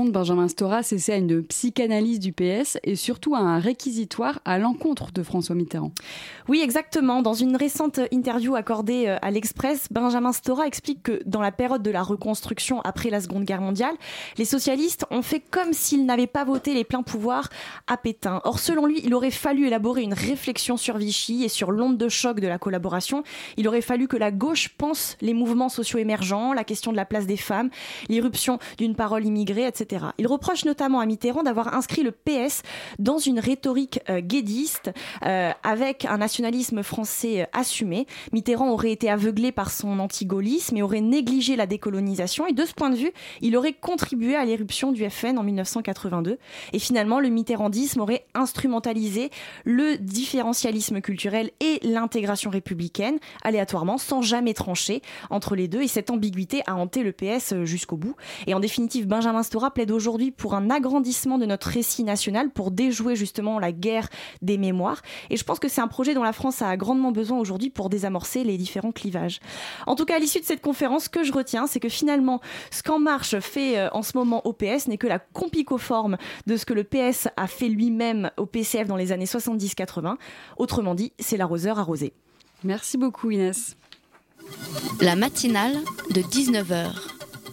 de Benjamin Stora, c'est à une psychanalyse du P S et surtout à un réquisitoire à l'encontre de François Mitterrand. Oui, exactement. Dans une récente interview accordée à l'Express, Benjamin Stora explique que dans la période de la reconstruction après la Seconde Guerre mondiale, les socialistes ont fait comme s'ils n'avaient pas voté les pleins pouvoirs à Pétain. Or, selon lui, il aurait fallu élaborer une réflexion sur Vichy et sur l'onde de choc de la collaboration. Il aurait fallu que la gauche pense les mouvements sociaux émergents, la question de la place des femmes, l'irruption d'une parole immigrée, et cetera. Il reproche notamment à Mitterrand d'avoir inscrit le P S dans une rhétorique euh, guédiste euh, avec un nationalisme français euh, assumé. Mitterrand aurait été aveuglé par son anti-gaullisme et aurait négligé la décolonisation. Et de ce point de vue, il aurait contribué à l'éruption du F N en mille neuf cent quatre-vingt-deux. Et finalement, le mitterrandisme aurait instrumentalisé le différentialisme culturel et l'intégration républicaine, aléatoirement, sans jamais trancher entre les deux. Et cette ambiguïté a hanté le P S jusqu'au bout. Et en définitive, Benjamin Stora plaide aujourd'hui pour un agrandissement de notre récit national, pour déjouer justement la guerre des mémoires. Et je pense que c'est un projet dont la France a grandement besoin aujourd'hui pour désamorcer les différents clivages. En tout cas, à l'issue de cette conférence, ce que je retiens, c'est que finalement, ce qu'En Marche fait en ce moment au P S n'est que la compicoforme de ce que le P S a fait lui-même au P C F dans les années soixante-dix quatre-vingts. Autrement dit, c'est l'arroseur arrosé. Merci beaucoup Inès. La matinale de dix-neuf heures.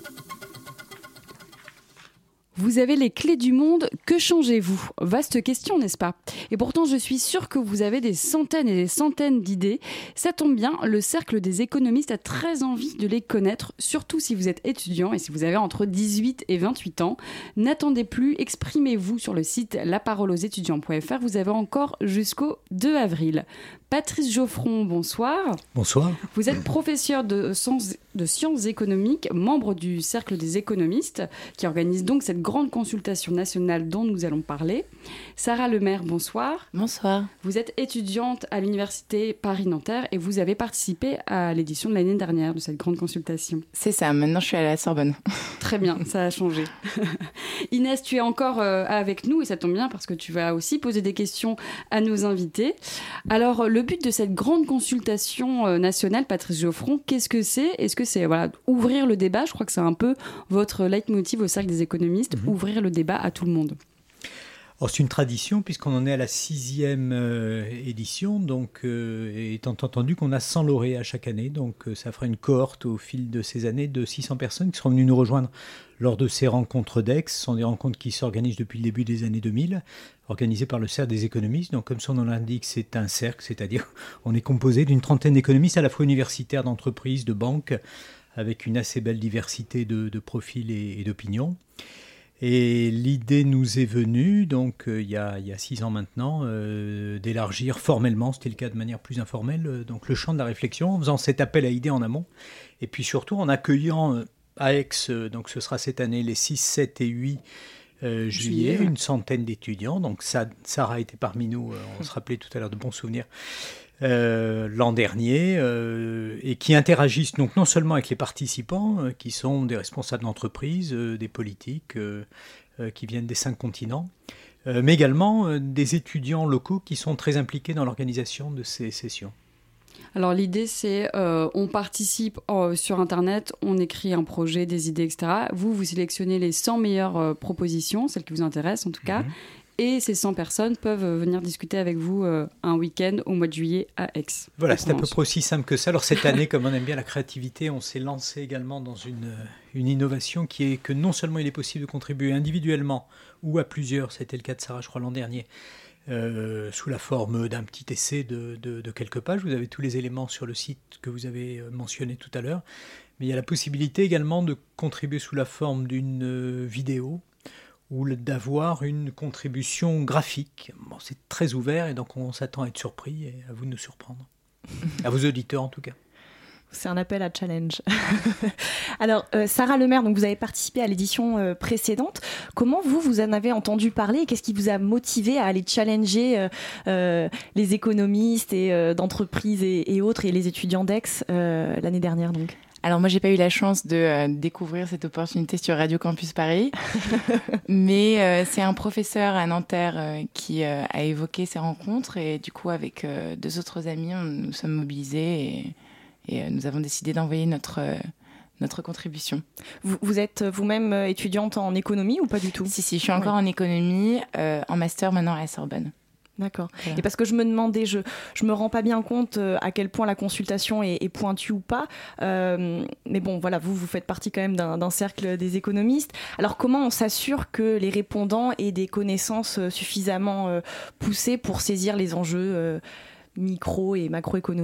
Vous avez les clés du monde, que changez-vous ? Vaste question, n'est-ce pas ? Et pourtant, je suis sûre que vous avez des centaines et des centaines d'idées. Ça tombe bien, le Cercle des économistes a très envie de les connaître, surtout si vous êtes étudiant et si vous avez entre dix-huit et vingt-huit ans. N'attendez plus, exprimez-vous sur le site la parole aux étudiants point f r. Vous avez encore jusqu'au deux avril. Patrice Geoffron, bonsoir. Bonsoir. Vous êtes professeur de sciences, de sciences économiques, membre du Cercle des économistes, qui organise donc cette grande consultation nationale dont nous allons parler. Sarah Lemaire, bonsoir. Bonsoir. Vous êtes étudiante à l'Université Paris-Nanterre et vous avez participé à l'édition de l'année dernière de cette grande consultation. C'est ça, maintenant je suis à la Sorbonne. Très bien, ça a changé. Inès, tu es encore euh, avec nous et ça tombe bien parce que tu vas aussi poser des questions à nos invités. Alors, le but de cette grande consultation euh, nationale, Patrice Geoffron, qu'est-ce que c'est ? Est-ce que c'est voilà, ouvrir le débat ? Je crois que c'est un peu votre leitmotiv au Cercle des économistes, mmh. ouvrir le débat à tout le monde. Alors, c'est une tradition puisqu'on en est à la sixième euh, édition, donc euh, étant entendu qu'on a cent lauréats chaque année, donc euh, ça fera une cohorte au fil de ces années de six cents personnes qui seront venues nous rejoindre lors de ces rencontres d'Aix. Ce sont des rencontres qui s'organisent depuis le début des années deux mille, organisées par le Cercle des économistes. Donc comme son nom l'indique, c'est un cercle, c'est-à-dire on est composé d'une trentaine d'économistes à la fois universitaires, d'entreprises, de banques, avec une assez belle diversité de, de profils et, et d'opinions. Et l'idée nous est venue, donc euh, il, y a, il y a six ans maintenant, euh, d'élargir formellement, c'était le cas de manière plus informelle, euh, donc le champ de la réflexion, en faisant cet appel à idées en amont, et puis surtout en accueillant euh, à Aix, euh, donc ce sera cette année les six, sept et huit euh, juillet, juillet, une centaine d'étudiants, donc ça, Sarah était parmi nous, euh, on se rappelait tout à l'heure de bons souvenirs, Euh, l'an dernier euh, et qui interagissent donc non seulement avec les participants euh, qui sont des responsables d'entreprise, euh, des politiques euh, euh, qui viennent des cinq continents, euh, mais également euh, des étudiants locaux qui sont très impliqués dans l'organisation de ces sessions. Alors l'idée c'est euh, on participe euh, sur internet, on écrit un projet, des idées, et cetera. Vous, vous sélectionnez les cent meilleures euh, propositions, celles qui vous intéressent en tout cas. Mm-hmm. Et ces cent personnes peuvent venir discuter avec vous euh, un week-end au mois de juillet à Aix. Voilà, c'est à peu près aussi simple que ça. Alors cette année, comme on aime bien la créativité, on s'est lancé également dans une, une innovation qui est que non seulement il est possible de contribuer individuellement ou à plusieurs, c'était le cas de Sarah, je crois, l'an dernier, euh, sous la forme d'un petit essai de, de, de quelques pages. Vous avez tous les éléments sur le site que vous avez mentionné tout à l'heure. Mais il y a la possibilité également de contribuer sous la forme d'une vidéo ou d'avoir une contribution graphique. Bon, c'est très ouvert et donc on s'attend à être surpris et à vous de nous surprendre. À vos auditeurs en tout cas. C'est un appel à challenge. Alors, euh, Sarah Lemaire, donc vous avez participé à l'édition euh, précédente. Comment vous, vous en avez entendu parler et qu'est-ce qui vous a motivé à aller challenger euh, euh, les économistes et euh, d'entreprises et, et autres et les étudiants d'Aix euh, l'année dernière donc ? Alors moi, j'ai pas eu la chance de euh, découvrir cette opportunité sur Radio Campus Paris, mais euh, c'est un professeur à Nanterre euh, qui euh, a évoqué ces rencontres et du coup, avec euh, deux autres amis, on, nous sommes mobilisés et, et euh, nous avons décidé d'envoyer notre, euh, notre contribution. Vous, vous êtes vous-même étudiante en économie ou pas du tout ? Si, si, je suis encore ouais. en économie, euh, en master maintenant à la Sorbonne. D'accord. Voilà. Et parce que je me demandais, je je me rends pas bien compte à quel point la consultation est, est pointue ou pas. Euh, mais bon, voilà, vous vous faites partie quand même d'un, d'un cercle des économistes. Alors comment on s'assure que les répondants aient des connaissances suffisamment euh, poussées pour saisir les enjeux euh, micro et macroéconomiques ?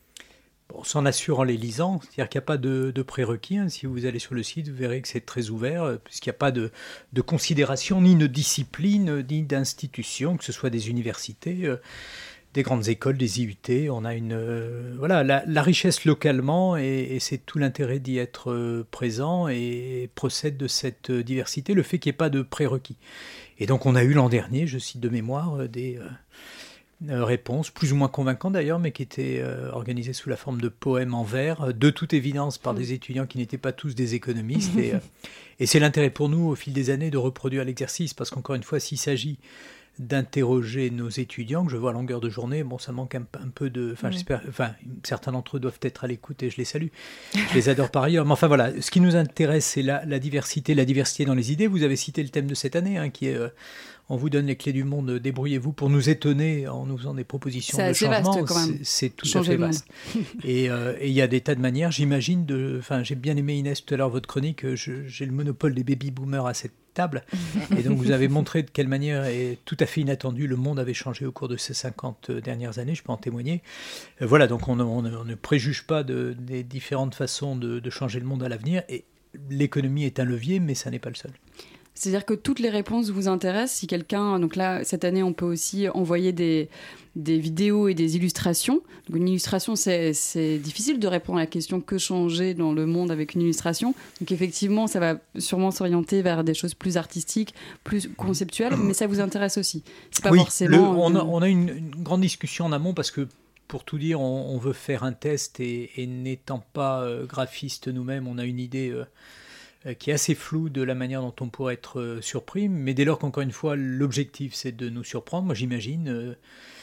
On s'en assure en les lisant, c'est-à-dire qu'il n'y a pas de, de prérequis. Hein. Si vous allez sur le site, vous verrez que c'est très ouvert, puisqu'il n'y a pas de, de considération ni de discipline, ni d'institution, que ce soit des universités, euh, des grandes écoles, des I U T. On a une, euh, voilà, la, la richesse localement, et, et c'est tout l'intérêt d'y être euh, présent et procède de cette diversité, le fait qu'il n'y ait pas de prérequis. Et donc on a eu l'an dernier, je cite de mémoire, euh, des... Euh, réponses, plus ou moins convaincantes d'ailleurs, mais qui étaient euh, organisées sous la forme de poèmes en vers, de toute évidence par des étudiants qui n'étaient pas tous des économistes. Et, euh, et c'est l'intérêt pour nous, au fil des années, de reproduire l'exercice, parce qu'encore une fois, s'il s'agit d'interroger nos étudiants, que je vois à longueur de journée, bon, ça manque un, un peu de... Enfin, mmh. j'espère... Enfin, certains d'entre eux doivent être à l'écoute et je les salue. Je les adore par ailleurs. Mais enfin, voilà, ce qui nous intéresse, c'est la, la diversité, la diversité dans les idées. Vous avez cité le thème de cette année, hein, qui est... Euh, on vous donne les clés du monde, débrouillez-vous pour nous étonner en nous faisant des propositions c'est de changement. C'est assez vaste quand même. C'est, c'est tout Changer à fait vaste. Et il euh, y a des tas de manières, j'imagine, de... Enfin, j'ai bien aimé Inès tout à l'heure votre chronique, je, j'ai le monopole des baby-boomers à cette table. Et donc vous avez montré de quelle manière, et tout à fait inattendu, le monde avait changé au cours de ces cinquante dernières années, je peux en témoigner. Euh, voilà, donc on, on, on ne préjuge pas de, des différentes façons de, de changer le monde à l'avenir. Et l'économie est un levier, mais ça n'est pas le seul. C'est-à-dire que toutes les réponses vous intéressent. Si quelqu'un, donc là, cette année, on peut aussi envoyer des, des vidéos et des illustrations. Donc une illustration, c'est, c'est difficile de répondre à la question que changer dans le monde avec une illustration. Donc effectivement, ça va sûrement s'orienter vers des choses plus artistiques, plus conceptuelles, mais ça vous intéresse aussi. C'est pas oui, forcément. Le, on, a, on a une, une grande discussion en amont parce que, pour tout dire, on, on veut faire un test et, et n'étant pas euh, graphiste nous-mêmes, on a une idée. Euh, qui est assez flou de la manière dont on pourrait être euh, surpris, mais dès lors qu'encore une fois l'objectif c'est de nous surprendre, moi j'imagine euh,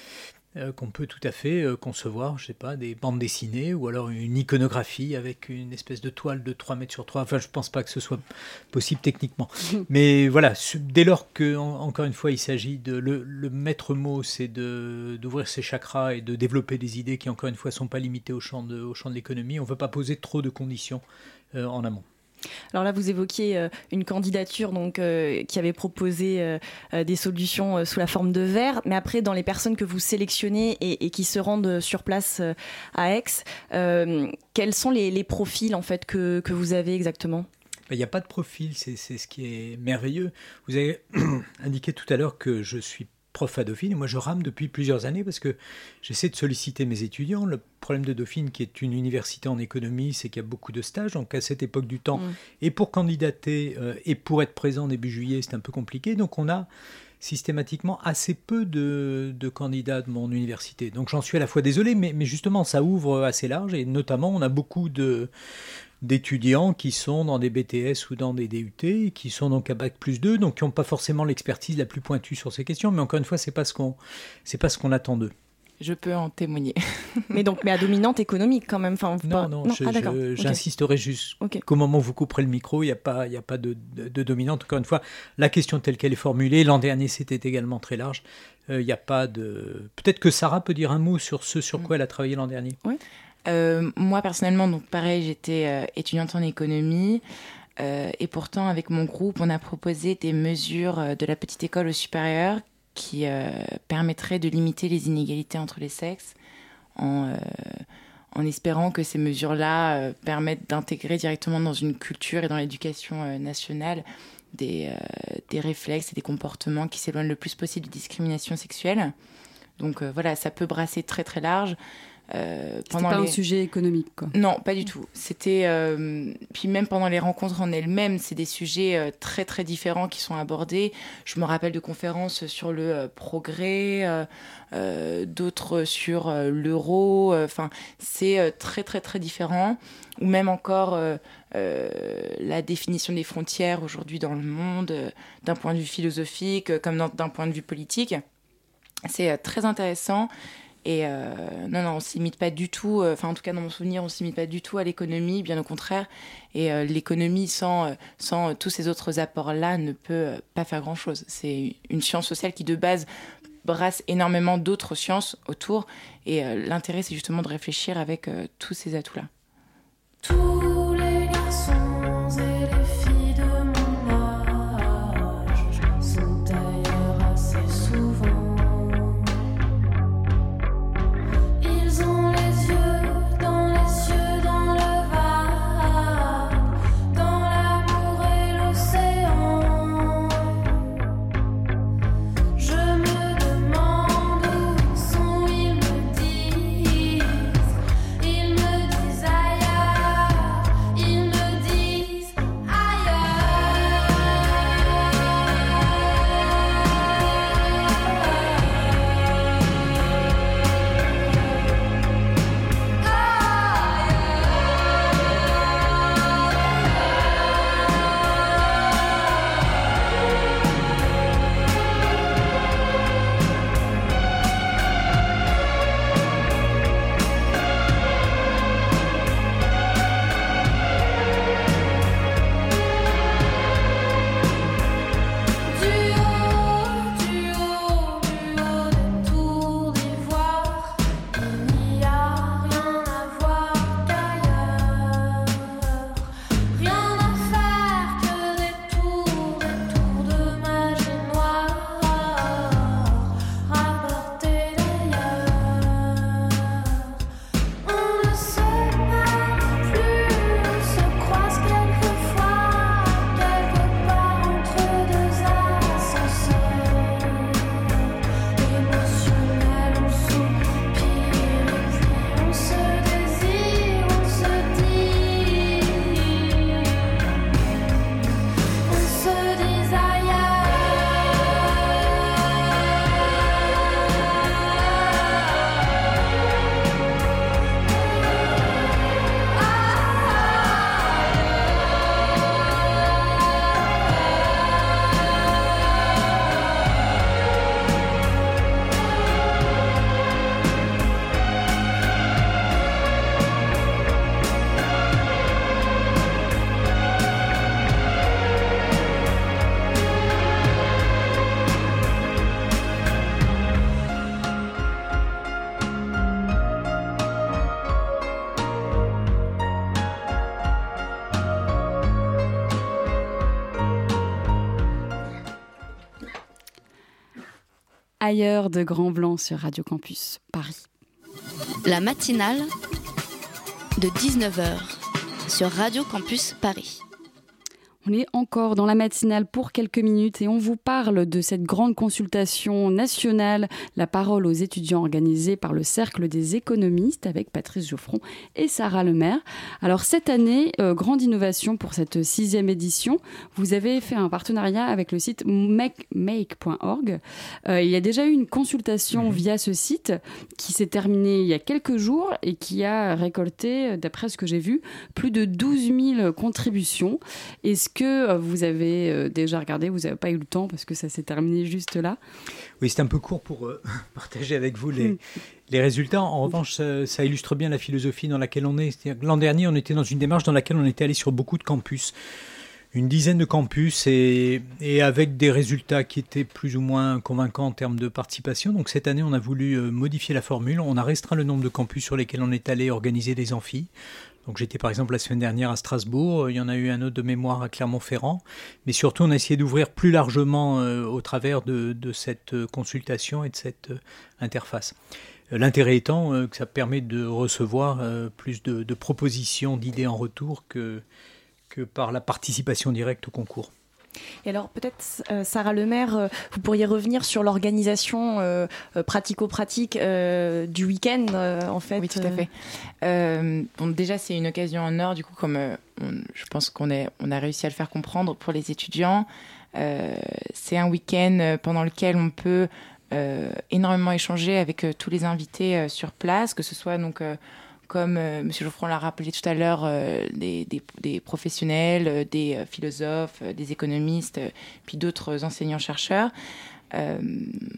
euh, qu'on peut tout à fait euh, concevoir, je sais pas, des bandes dessinées ou alors une iconographie avec une espèce de toile de trois mètres sur trois, enfin je pense pas que ce soit possible techniquement, mais voilà, dès lors que en, encore une fois il s'agit de, le, le maître mot c'est de, d'ouvrir ses chakras et de développer des idées qui encore une fois sont pas limitées au champ de, au champ de l'économie, on veut pas poser trop de conditions euh, en amont. Alors là, vous évoquiez euh, une candidature donc, euh, qui avait proposé euh, euh, des solutions euh, sous la forme de verre, mais après, dans les personnes que vous sélectionnez et, et qui se rendent sur place euh, à Aix, euh, quels sont les, les profils en fait, que, que vous avez exactement ? Il n'y a pas de profil, c'est, c'est ce qui est merveilleux. Vous avez indiqué tout à l'heure que je suis prof à Dauphine, et moi je rame depuis plusieurs années parce que j'essaie de solliciter mes étudiants. Le problème de Dauphine, qui est une université en économie, c'est qu'il y a beaucoup de stages, donc à cette époque du temps, mmh. et pour candidater euh, et pour être présent début juillet, c'est un peu compliqué, donc on a systématiquement assez peu de, de candidats de mon université. Donc j'en suis à la fois désolé, mais, mais justement ça ouvre assez large, et notamment on a beaucoup de... d'étudiants qui sont dans des B T S ou dans des D U T, qui sont donc à bac plus deux, donc qui n'ont pas forcément l'expertise la plus pointue sur ces questions, mais encore une fois, c'est pas ce qu'on, c'est pas ce qu'on attend d'eux. Je peux en témoigner. mais donc, mais à dominante économique quand même. Enfin, non, pas... non, non je, ah, je, j'insisterai okay. juste okay. qu'au moment où vous couperez le micro, il n'y a pas, il n'y a pas de, de, de dominante. Encore une fois, la question telle qu'elle est formulée, l'an dernier, c'était également très large. Il euh, n'y a pas de... Peut-être que Sarah peut dire un mot sur ce sur quoi elle a travaillé l'an dernier. Oui. Euh, moi personnellement, donc pareil, j'étais euh, étudiante en économie euh, et pourtant avec mon groupe, on a proposé des mesures euh, de la petite école au supérieur qui euh, permettraient de limiter les inégalités entre les sexes en, euh, en espérant que ces mesures-là euh, permettent d'intégrer directement dans une culture et dans l'éducation euh, nationale des, euh, des réflexes et des comportements qui s'éloignent le plus possible de discrimination sexuelle. Donc euh, voilà, ça peut brasser très très large. Euh, C'était pas les... un sujet économique, quoi. Non, pas du tout. C'était euh... puis même pendant les rencontres en elles-mêmes, c'est des sujets euh, très très différents qui sont abordés. Je me rappelle de conférences sur le euh, progrès, euh, euh, d'autres sur euh, l'euro. Enfin, euh, c'est euh, très très très différent. Ou même encore euh, euh, la définition des frontières aujourd'hui dans le monde, euh, d'un point de vue philosophique, euh, comme dans, d'un point de vue politique. C'est euh, très intéressant. Et euh, non, non, on s'y limite pas du tout. Enfin, en tout cas, dans mon souvenir, on s'y limite pas du tout à l'économie, bien au contraire. Et euh, l'économie, sans, sans tous ces autres apports-là, ne peut euh, pas faire grand-chose. C'est une science sociale qui, de base, brasse énormément d'autres sciences autour. Et euh, l'intérêt, c'est justement de réfléchir avec euh, tous ces atouts-là. Tous les garçons et les filles de mon âge sont ailleurs assez souvent. Ils ont les yeux dans les cieux, dans le vague, dans l'amour et l'océan. Je me demande où ils sont, ils me disent, ils me disent ailleurs, ils me disent du haut, du haut, du haut des tours d'ivoire, il n'y a rien à voir qu'ailleurs, rien à faire que des tours, des tours de magie noire, rapportés d'ailleurs. On ne se parle plus, on se croise quelquefois, quelque part entre deux ascenseurs émotionnels. On soupire et puis on se désire, on se dit, on se dit ailleurs. Ailleurs de Grand Blanc sur Radio Campus Paris. La matinale de dix-neuf heures sur Radio Campus Paris. On est encore dans la matinale pour quelques minutes et on vous parle de cette grande consultation nationale, la parole aux étudiants organisée par le Cercle des économistes avec Patrice Geoffron et Sarah Lemaire. Alors cette année, euh, grande innovation pour cette sixième édition, vous avez fait un partenariat avec le site make point org. Euh, il y a déjà eu une consultation mmh. via ce site qui s'est terminée il y a quelques jours et qui a récolté, d'après ce que j'ai vu, plus de douze mille contributions. Est-ce que vous avez déjà regardé? Vous n'avez pas eu le temps parce que ça s'est terminé juste là. Oui, c'est un peu court pour euh, partager avec vous les, les résultats. En revanche, ça, ça illustre bien la philosophie dans laquelle on est. C'est-à-dire que l'an dernier, on était dans une démarche dans laquelle on était allé sur beaucoup de campus. Une dizaine de campus et, et avec des résultats qui étaient plus ou moins convaincants en termes de participation. Donc cette année, on a voulu euh, modifier la formule. On a restreint le nombre de campus sur lesquels on est allé organiser des amphis. Donc j'étais par exemple la semaine dernière à Strasbourg, il y en a eu un autre de mémoire à Clermont-Ferrand, mais surtout on a essayé d'ouvrir plus largement euh, au travers de, de cette consultation et de cette euh, interface. Euh, l'intérêt étant euh, que ça permet de recevoir euh, plus de, de propositions, d'idées en retour que, que par la participation directe au concours. Et alors peut-être, euh, Sarah Lemaire, euh, vous pourriez revenir sur l'organisation euh, euh, pratico-pratique euh, du week-end, euh, en fait. Oui, tout à fait. Euh, bon, déjà, c'est une occasion en or, du coup, comme euh, on, je pense qu'on est, on a réussi à le faire comprendre pour les étudiants. Euh, c'est un week-end pendant lequel on peut euh, énormément échanger avec euh, tous les invités euh, sur place, que ce soit donc... Euh, comme euh, M. Geoffron l'a rappelé tout à l'heure, euh, des, des, des professionnels, euh, des euh, philosophes, euh, des économistes, euh, puis d'autres enseignants-chercheurs. Euh,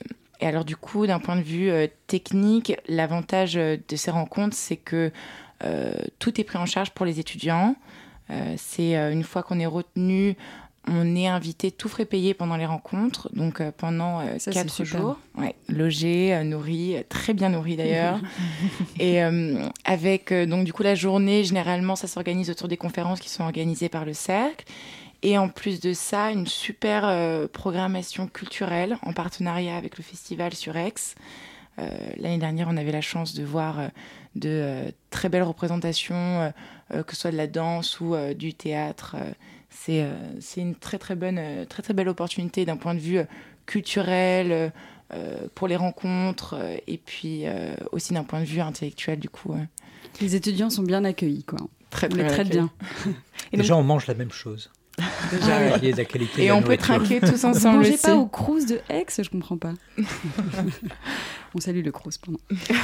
et alors du coup, d'un point de vue euh, technique, l'avantage de ces rencontres, c'est que euh, tout est pris en charge pour les étudiants. Euh, c'est euh, une fois qu'on est retenu, on est invité tout frais payé pendant les rencontres, donc euh, pendant euh, Ça, quatre jours, ouais, logé, euh, nourri, euh, très bien nourri d'ailleurs. et euh, avec euh, donc du coup la journée, généralement, ça s'organise autour des conférences qui sont organisées par le cercle. Et en plus de ça, une super euh, programmation culturelle en partenariat avec le festival sur Aix. Euh, l'année dernière, on avait la chance de voir euh, de euh, très belles représentations, euh, euh, que ce soit de la danse ou euh, du théâtre. Euh, c'est, euh, c'est une très très bonne, euh, très très belle opportunité d'un point de vue euh, culturel, euh, pour les rencontres, euh, et puis euh, aussi d'un point de vue intellectuel du coup. Euh. Les étudiants sont bien accueillis, quoi. Très, très, très bien. Et Déjà, donc... on mange la même chose. Déjà, ah, ouais. de la qualité et on peut trinquer tous ensemble aussi. Vous mangez pas au Crous de Aix, je comprends pas. On salue le Crous, pardon.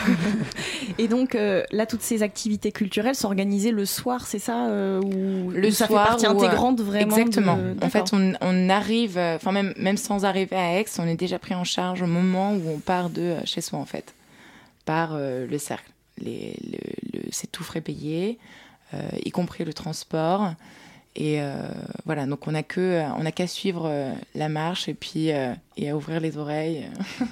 Et donc euh, là, toutes ces activités culturelles sont organisées le soir, c'est ça euh, ou le ça soir, fait partie intégrante vraiment. Exactement. De... En fait, on, on arrive, enfin même même sans arriver à Aix, on est déjà pris en charge au moment où on part de chez soi en fait, par euh, le cercle. Les, le, le, c'est tout frais payé, euh, y compris le transport. Et euh, voilà, donc on n'a que, on n'a qu'à suivre euh, la marche et puis euh, et à ouvrir les oreilles.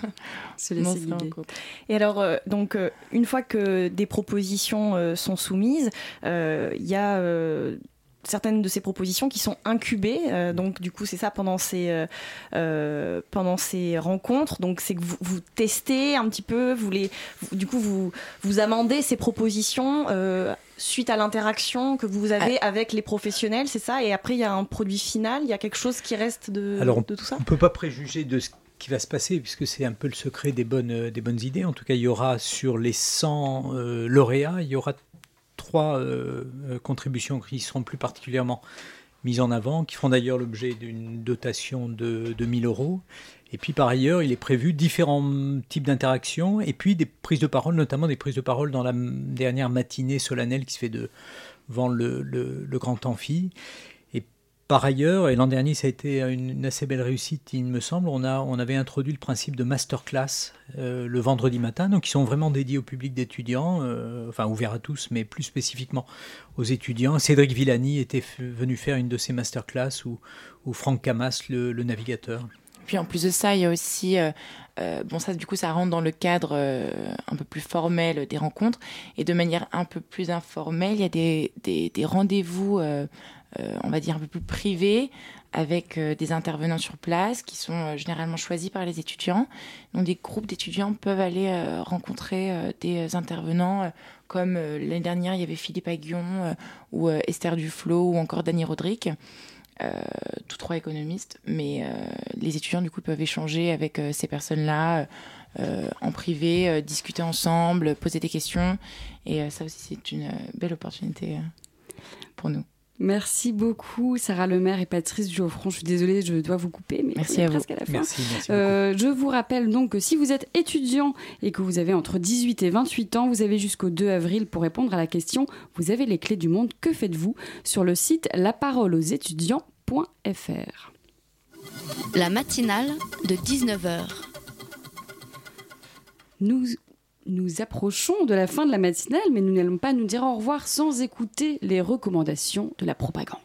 Se laisser guider. Et alors, euh, donc euh, une fois que des propositions euh, sont soumises, il euh, y a euh, certaines de ces propositions qui sont incubées. Euh, donc du coup, c'est ça pendant ces euh, euh, pendant ces rencontres. Donc c'est que vous, vous testez un petit peu, vous les, vous, du coup vous vous amendez ces propositions. Euh, suite à l'interaction que vous avez ah. avec les professionnels, c'est ça? Et après, il y a un produit final, il y a quelque chose qui reste de, Alors, de tout ça? On ne peut pas préjuger de ce qui va se passer, puisque c'est un peu le secret des bonnes, des bonnes idées. En tout cas, il y aura sur les cent euh, lauréats, il y aura trois euh, contributions qui seront plus particulièrement mises en avant, qui feront d'ailleurs l'objet d'une dotation de, de mille euros. Et puis par ailleurs, il est prévu différents types d'interactions et puis des prises de parole, notamment des prises de parole dans la dernière matinée solennelle qui se fait devant le, le, le grand amphi. Et par ailleurs, et l'an dernier ça a été une, une assez belle réussite, il me semble, on, a, on avait introduit le principe de masterclass euh, le vendredi matin, donc qui sont vraiment dédiés au public d'étudiants, euh, enfin ouverts à tous, mais plus spécifiquement aux étudiants. Cédric Villani était f- venu faire une de ces masterclass ou, ou Franck Camas, le, le navigateur. Puis en plus de ça, il y a aussi, euh, euh, bon ça du coup ça rentre dans le cadre euh, un peu plus formel des rencontres, et de manière un peu plus informelle, il y a des, des, des rendez-vous, euh, euh, on va dire un peu plus privés, avec euh, des intervenants sur place qui sont euh, généralement choisis par les étudiants. Donc des groupes d'étudiants peuvent aller euh, rencontrer euh, des intervenants, euh, comme euh, l'année dernière il y avait Philippe Aguillon, euh, ou euh, Esther Duflo, ou encore Dany Rodrigue. Euh, tous trois économistes, mais euh, les étudiants du coup peuvent échanger avec euh, ces personnes-là euh, en privé, euh, discuter ensemble, poser des questions, et euh, ça aussi c'est une euh, belle opportunité euh, pour nous. Merci beaucoup Sarah Lemaire et Patrice Geoffron. Je suis désolée, je dois vous couper, mais merci on est à presque vous. à la fin. Merci, merci euh, je vous rappelle donc que si vous êtes étudiant et que vous avez entre dix-huit et vingt-huit ans, vous avez jusqu'au deux avril pour répondre à la question « Vous avez les clés du monde, que faites-vous ?» sur le site la parole aux étudiants point f r. La matinale de dix-neuf heures. Nous, nous approchons de la fin de la matinale, mais nous n'allons pas nous dire au revoir sans écouter les recommandations de la propagande.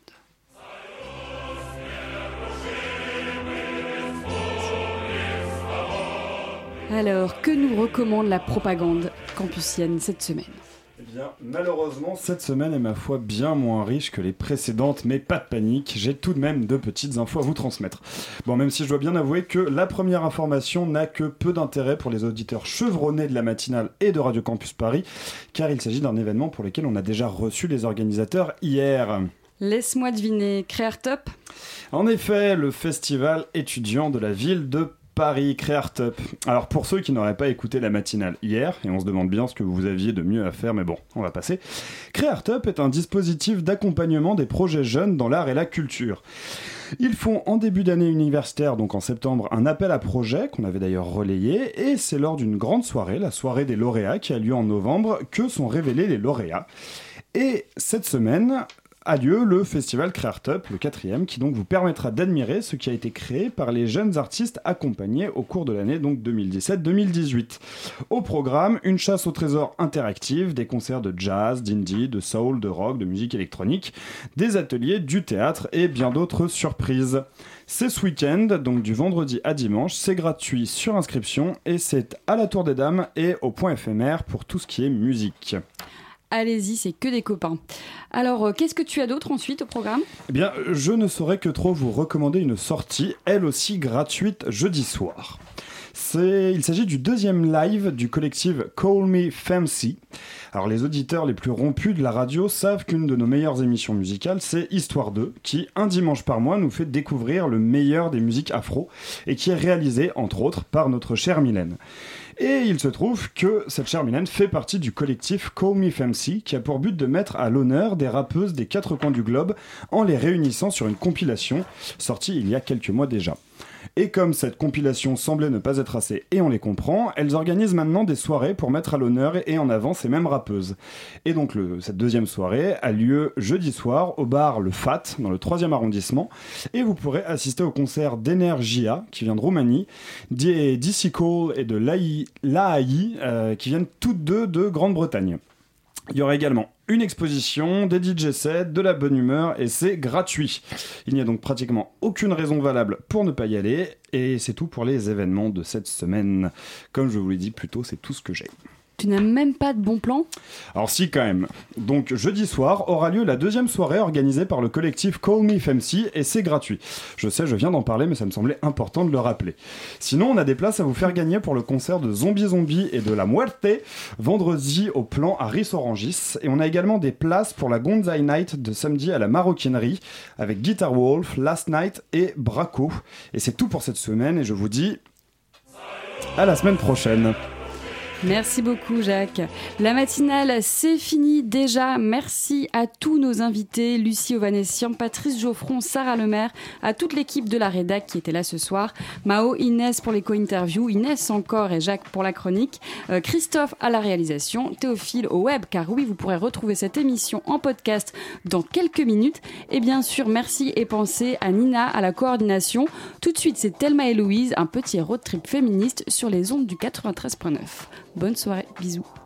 Alors, que nous recommande la propagande campusienne cette semaine ? Eh bien, malheureusement, cette semaine est ma foi bien moins riche que les précédentes, mais pas de panique, j'ai tout de même deux petites infos à vous transmettre. Bon, même si je dois bien avouer que la première information n'a que peu d'intérêt pour les auditeurs chevronnés de la matinale et de Radio Campus Paris, car il s'agit d'un événement pour lequel on a déjà reçu les organisateurs hier. Laisse-moi deviner, Créartop ? En effet, le festival étudiant de la ville de Paris, Créartop. Alors pour ceux qui n'auraient pas écouté la matinale hier, et on se demande bien ce que vous aviez de mieux à faire, mais bon, on va passer. Créartop est un dispositif d'accompagnement des projets jeunes dans l'art et la culture. Ils font en début d'année universitaire, donc en septembre, un appel à projet qu'on avait d'ailleurs relayé, et c'est lors d'une grande soirée, la soirée des lauréats qui a lieu en novembre, que sont révélés les lauréats. Et cette semaine, a lieu le festival Créartup, le quatrième, qui donc vous permettra d'admirer ce qui a été créé par les jeunes artistes accompagnés au cours de l'année donc deux mille dix-sept deux mille dix-huit. Au programme, une chasse au trésor interactive, des concerts de jazz, d'indie, de soul, de rock, de musique électronique, des ateliers, du théâtre et bien d'autres surprises. C'est ce week-end, donc du vendredi à dimanche, c'est gratuit sur inscription et c'est à la Tour des Dames et au point éphémère pour tout ce qui est musique. Allez-y, c'est que des copains. Alors, euh, qu'est-ce que tu as d'autre ensuite au programme ? Eh bien, je ne saurais que trop vous recommander une sortie, elle aussi gratuite, jeudi soir. C'est... Il s'agit du deuxième live du collectif Call Me Fancy. Alors les auditeurs les plus rompus de la radio savent qu'une de nos meilleures émissions musicales, c'est Histoire deux, qui un dimanche par mois nous fait découvrir le meilleur des musiques afro et qui est réalisée entre autres par notre chère Mylène. Et il se trouve que cette chère Mylène fait partie du collectif Call Me Fancy, qui a pour but de mettre à l'honneur des rappeuses des quatre coins du globe en les réunissant sur une compilation sortie il y a quelques mois déjà. Et comme cette compilation semblait ne pas être assez, et on les comprend, elles organisent maintenant des soirées pour mettre à l'honneur et en avant ces mêmes rappeuses. Et donc le, cette deuxième soirée a lieu jeudi soir au bar Le Fat, dans le troisième arrondissement, et vous pourrez assister au concert d'Energia, qui vient de Roumanie, d'I C Cole et de l'A I, euh, qui viennent toutes deux de Grande-Bretagne. Il y aura également une exposition, des D J sets, de la bonne humeur et c'est gratuit. Il n'y a donc pratiquement aucune raison valable pour ne pas y aller et c'est tout pour les événements de cette semaine. Comme je vous l'ai dit plus tôt, c'est tout ce que j'ai. Tu n'as même pas de bon plan ? Alors si quand même. Donc jeudi soir aura lieu la deuxième soirée organisée par le collectif Call Me Fancy et c'est gratuit. Je sais, je viens d'en parler mais ça me semblait important de le rappeler. Sinon on a des places à vous faire gagner pour le concert de Zombie Zombie et de La Muerte vendredi au Plan à Ris-Orangis et on a également des places pour la Gonzai Night de samedi à la Maroquinerie avec Guitar Wolf, Last Night et Braco. Et c'est tout pour cette semaine et je vous dis à la semaine prochaine. Merci beaucoup Jacques. La matinale, c'est fini déjà. Merci à tous nos invités, Lucie Ovanessian, Patrice Geoffron, Sarah Lemaire, à toute l'équipe de la rédac qui était là ce soir, Mao, Inès pour les co-interviews, Inès encore et Jacques pour la chronique, euh, Christophe à la réalisation, Théophile au web, car oui, vous pourrez retrouver cette émission en podcast dans quelques minutes. Et bien sûr, merci et pensez à Nina à la coordination. Tout de suite, c'est Thelma et Louise, un petit road trip féministe sur les ondes du quatre-vingt-treize neuf. Bonne soirée, bisous.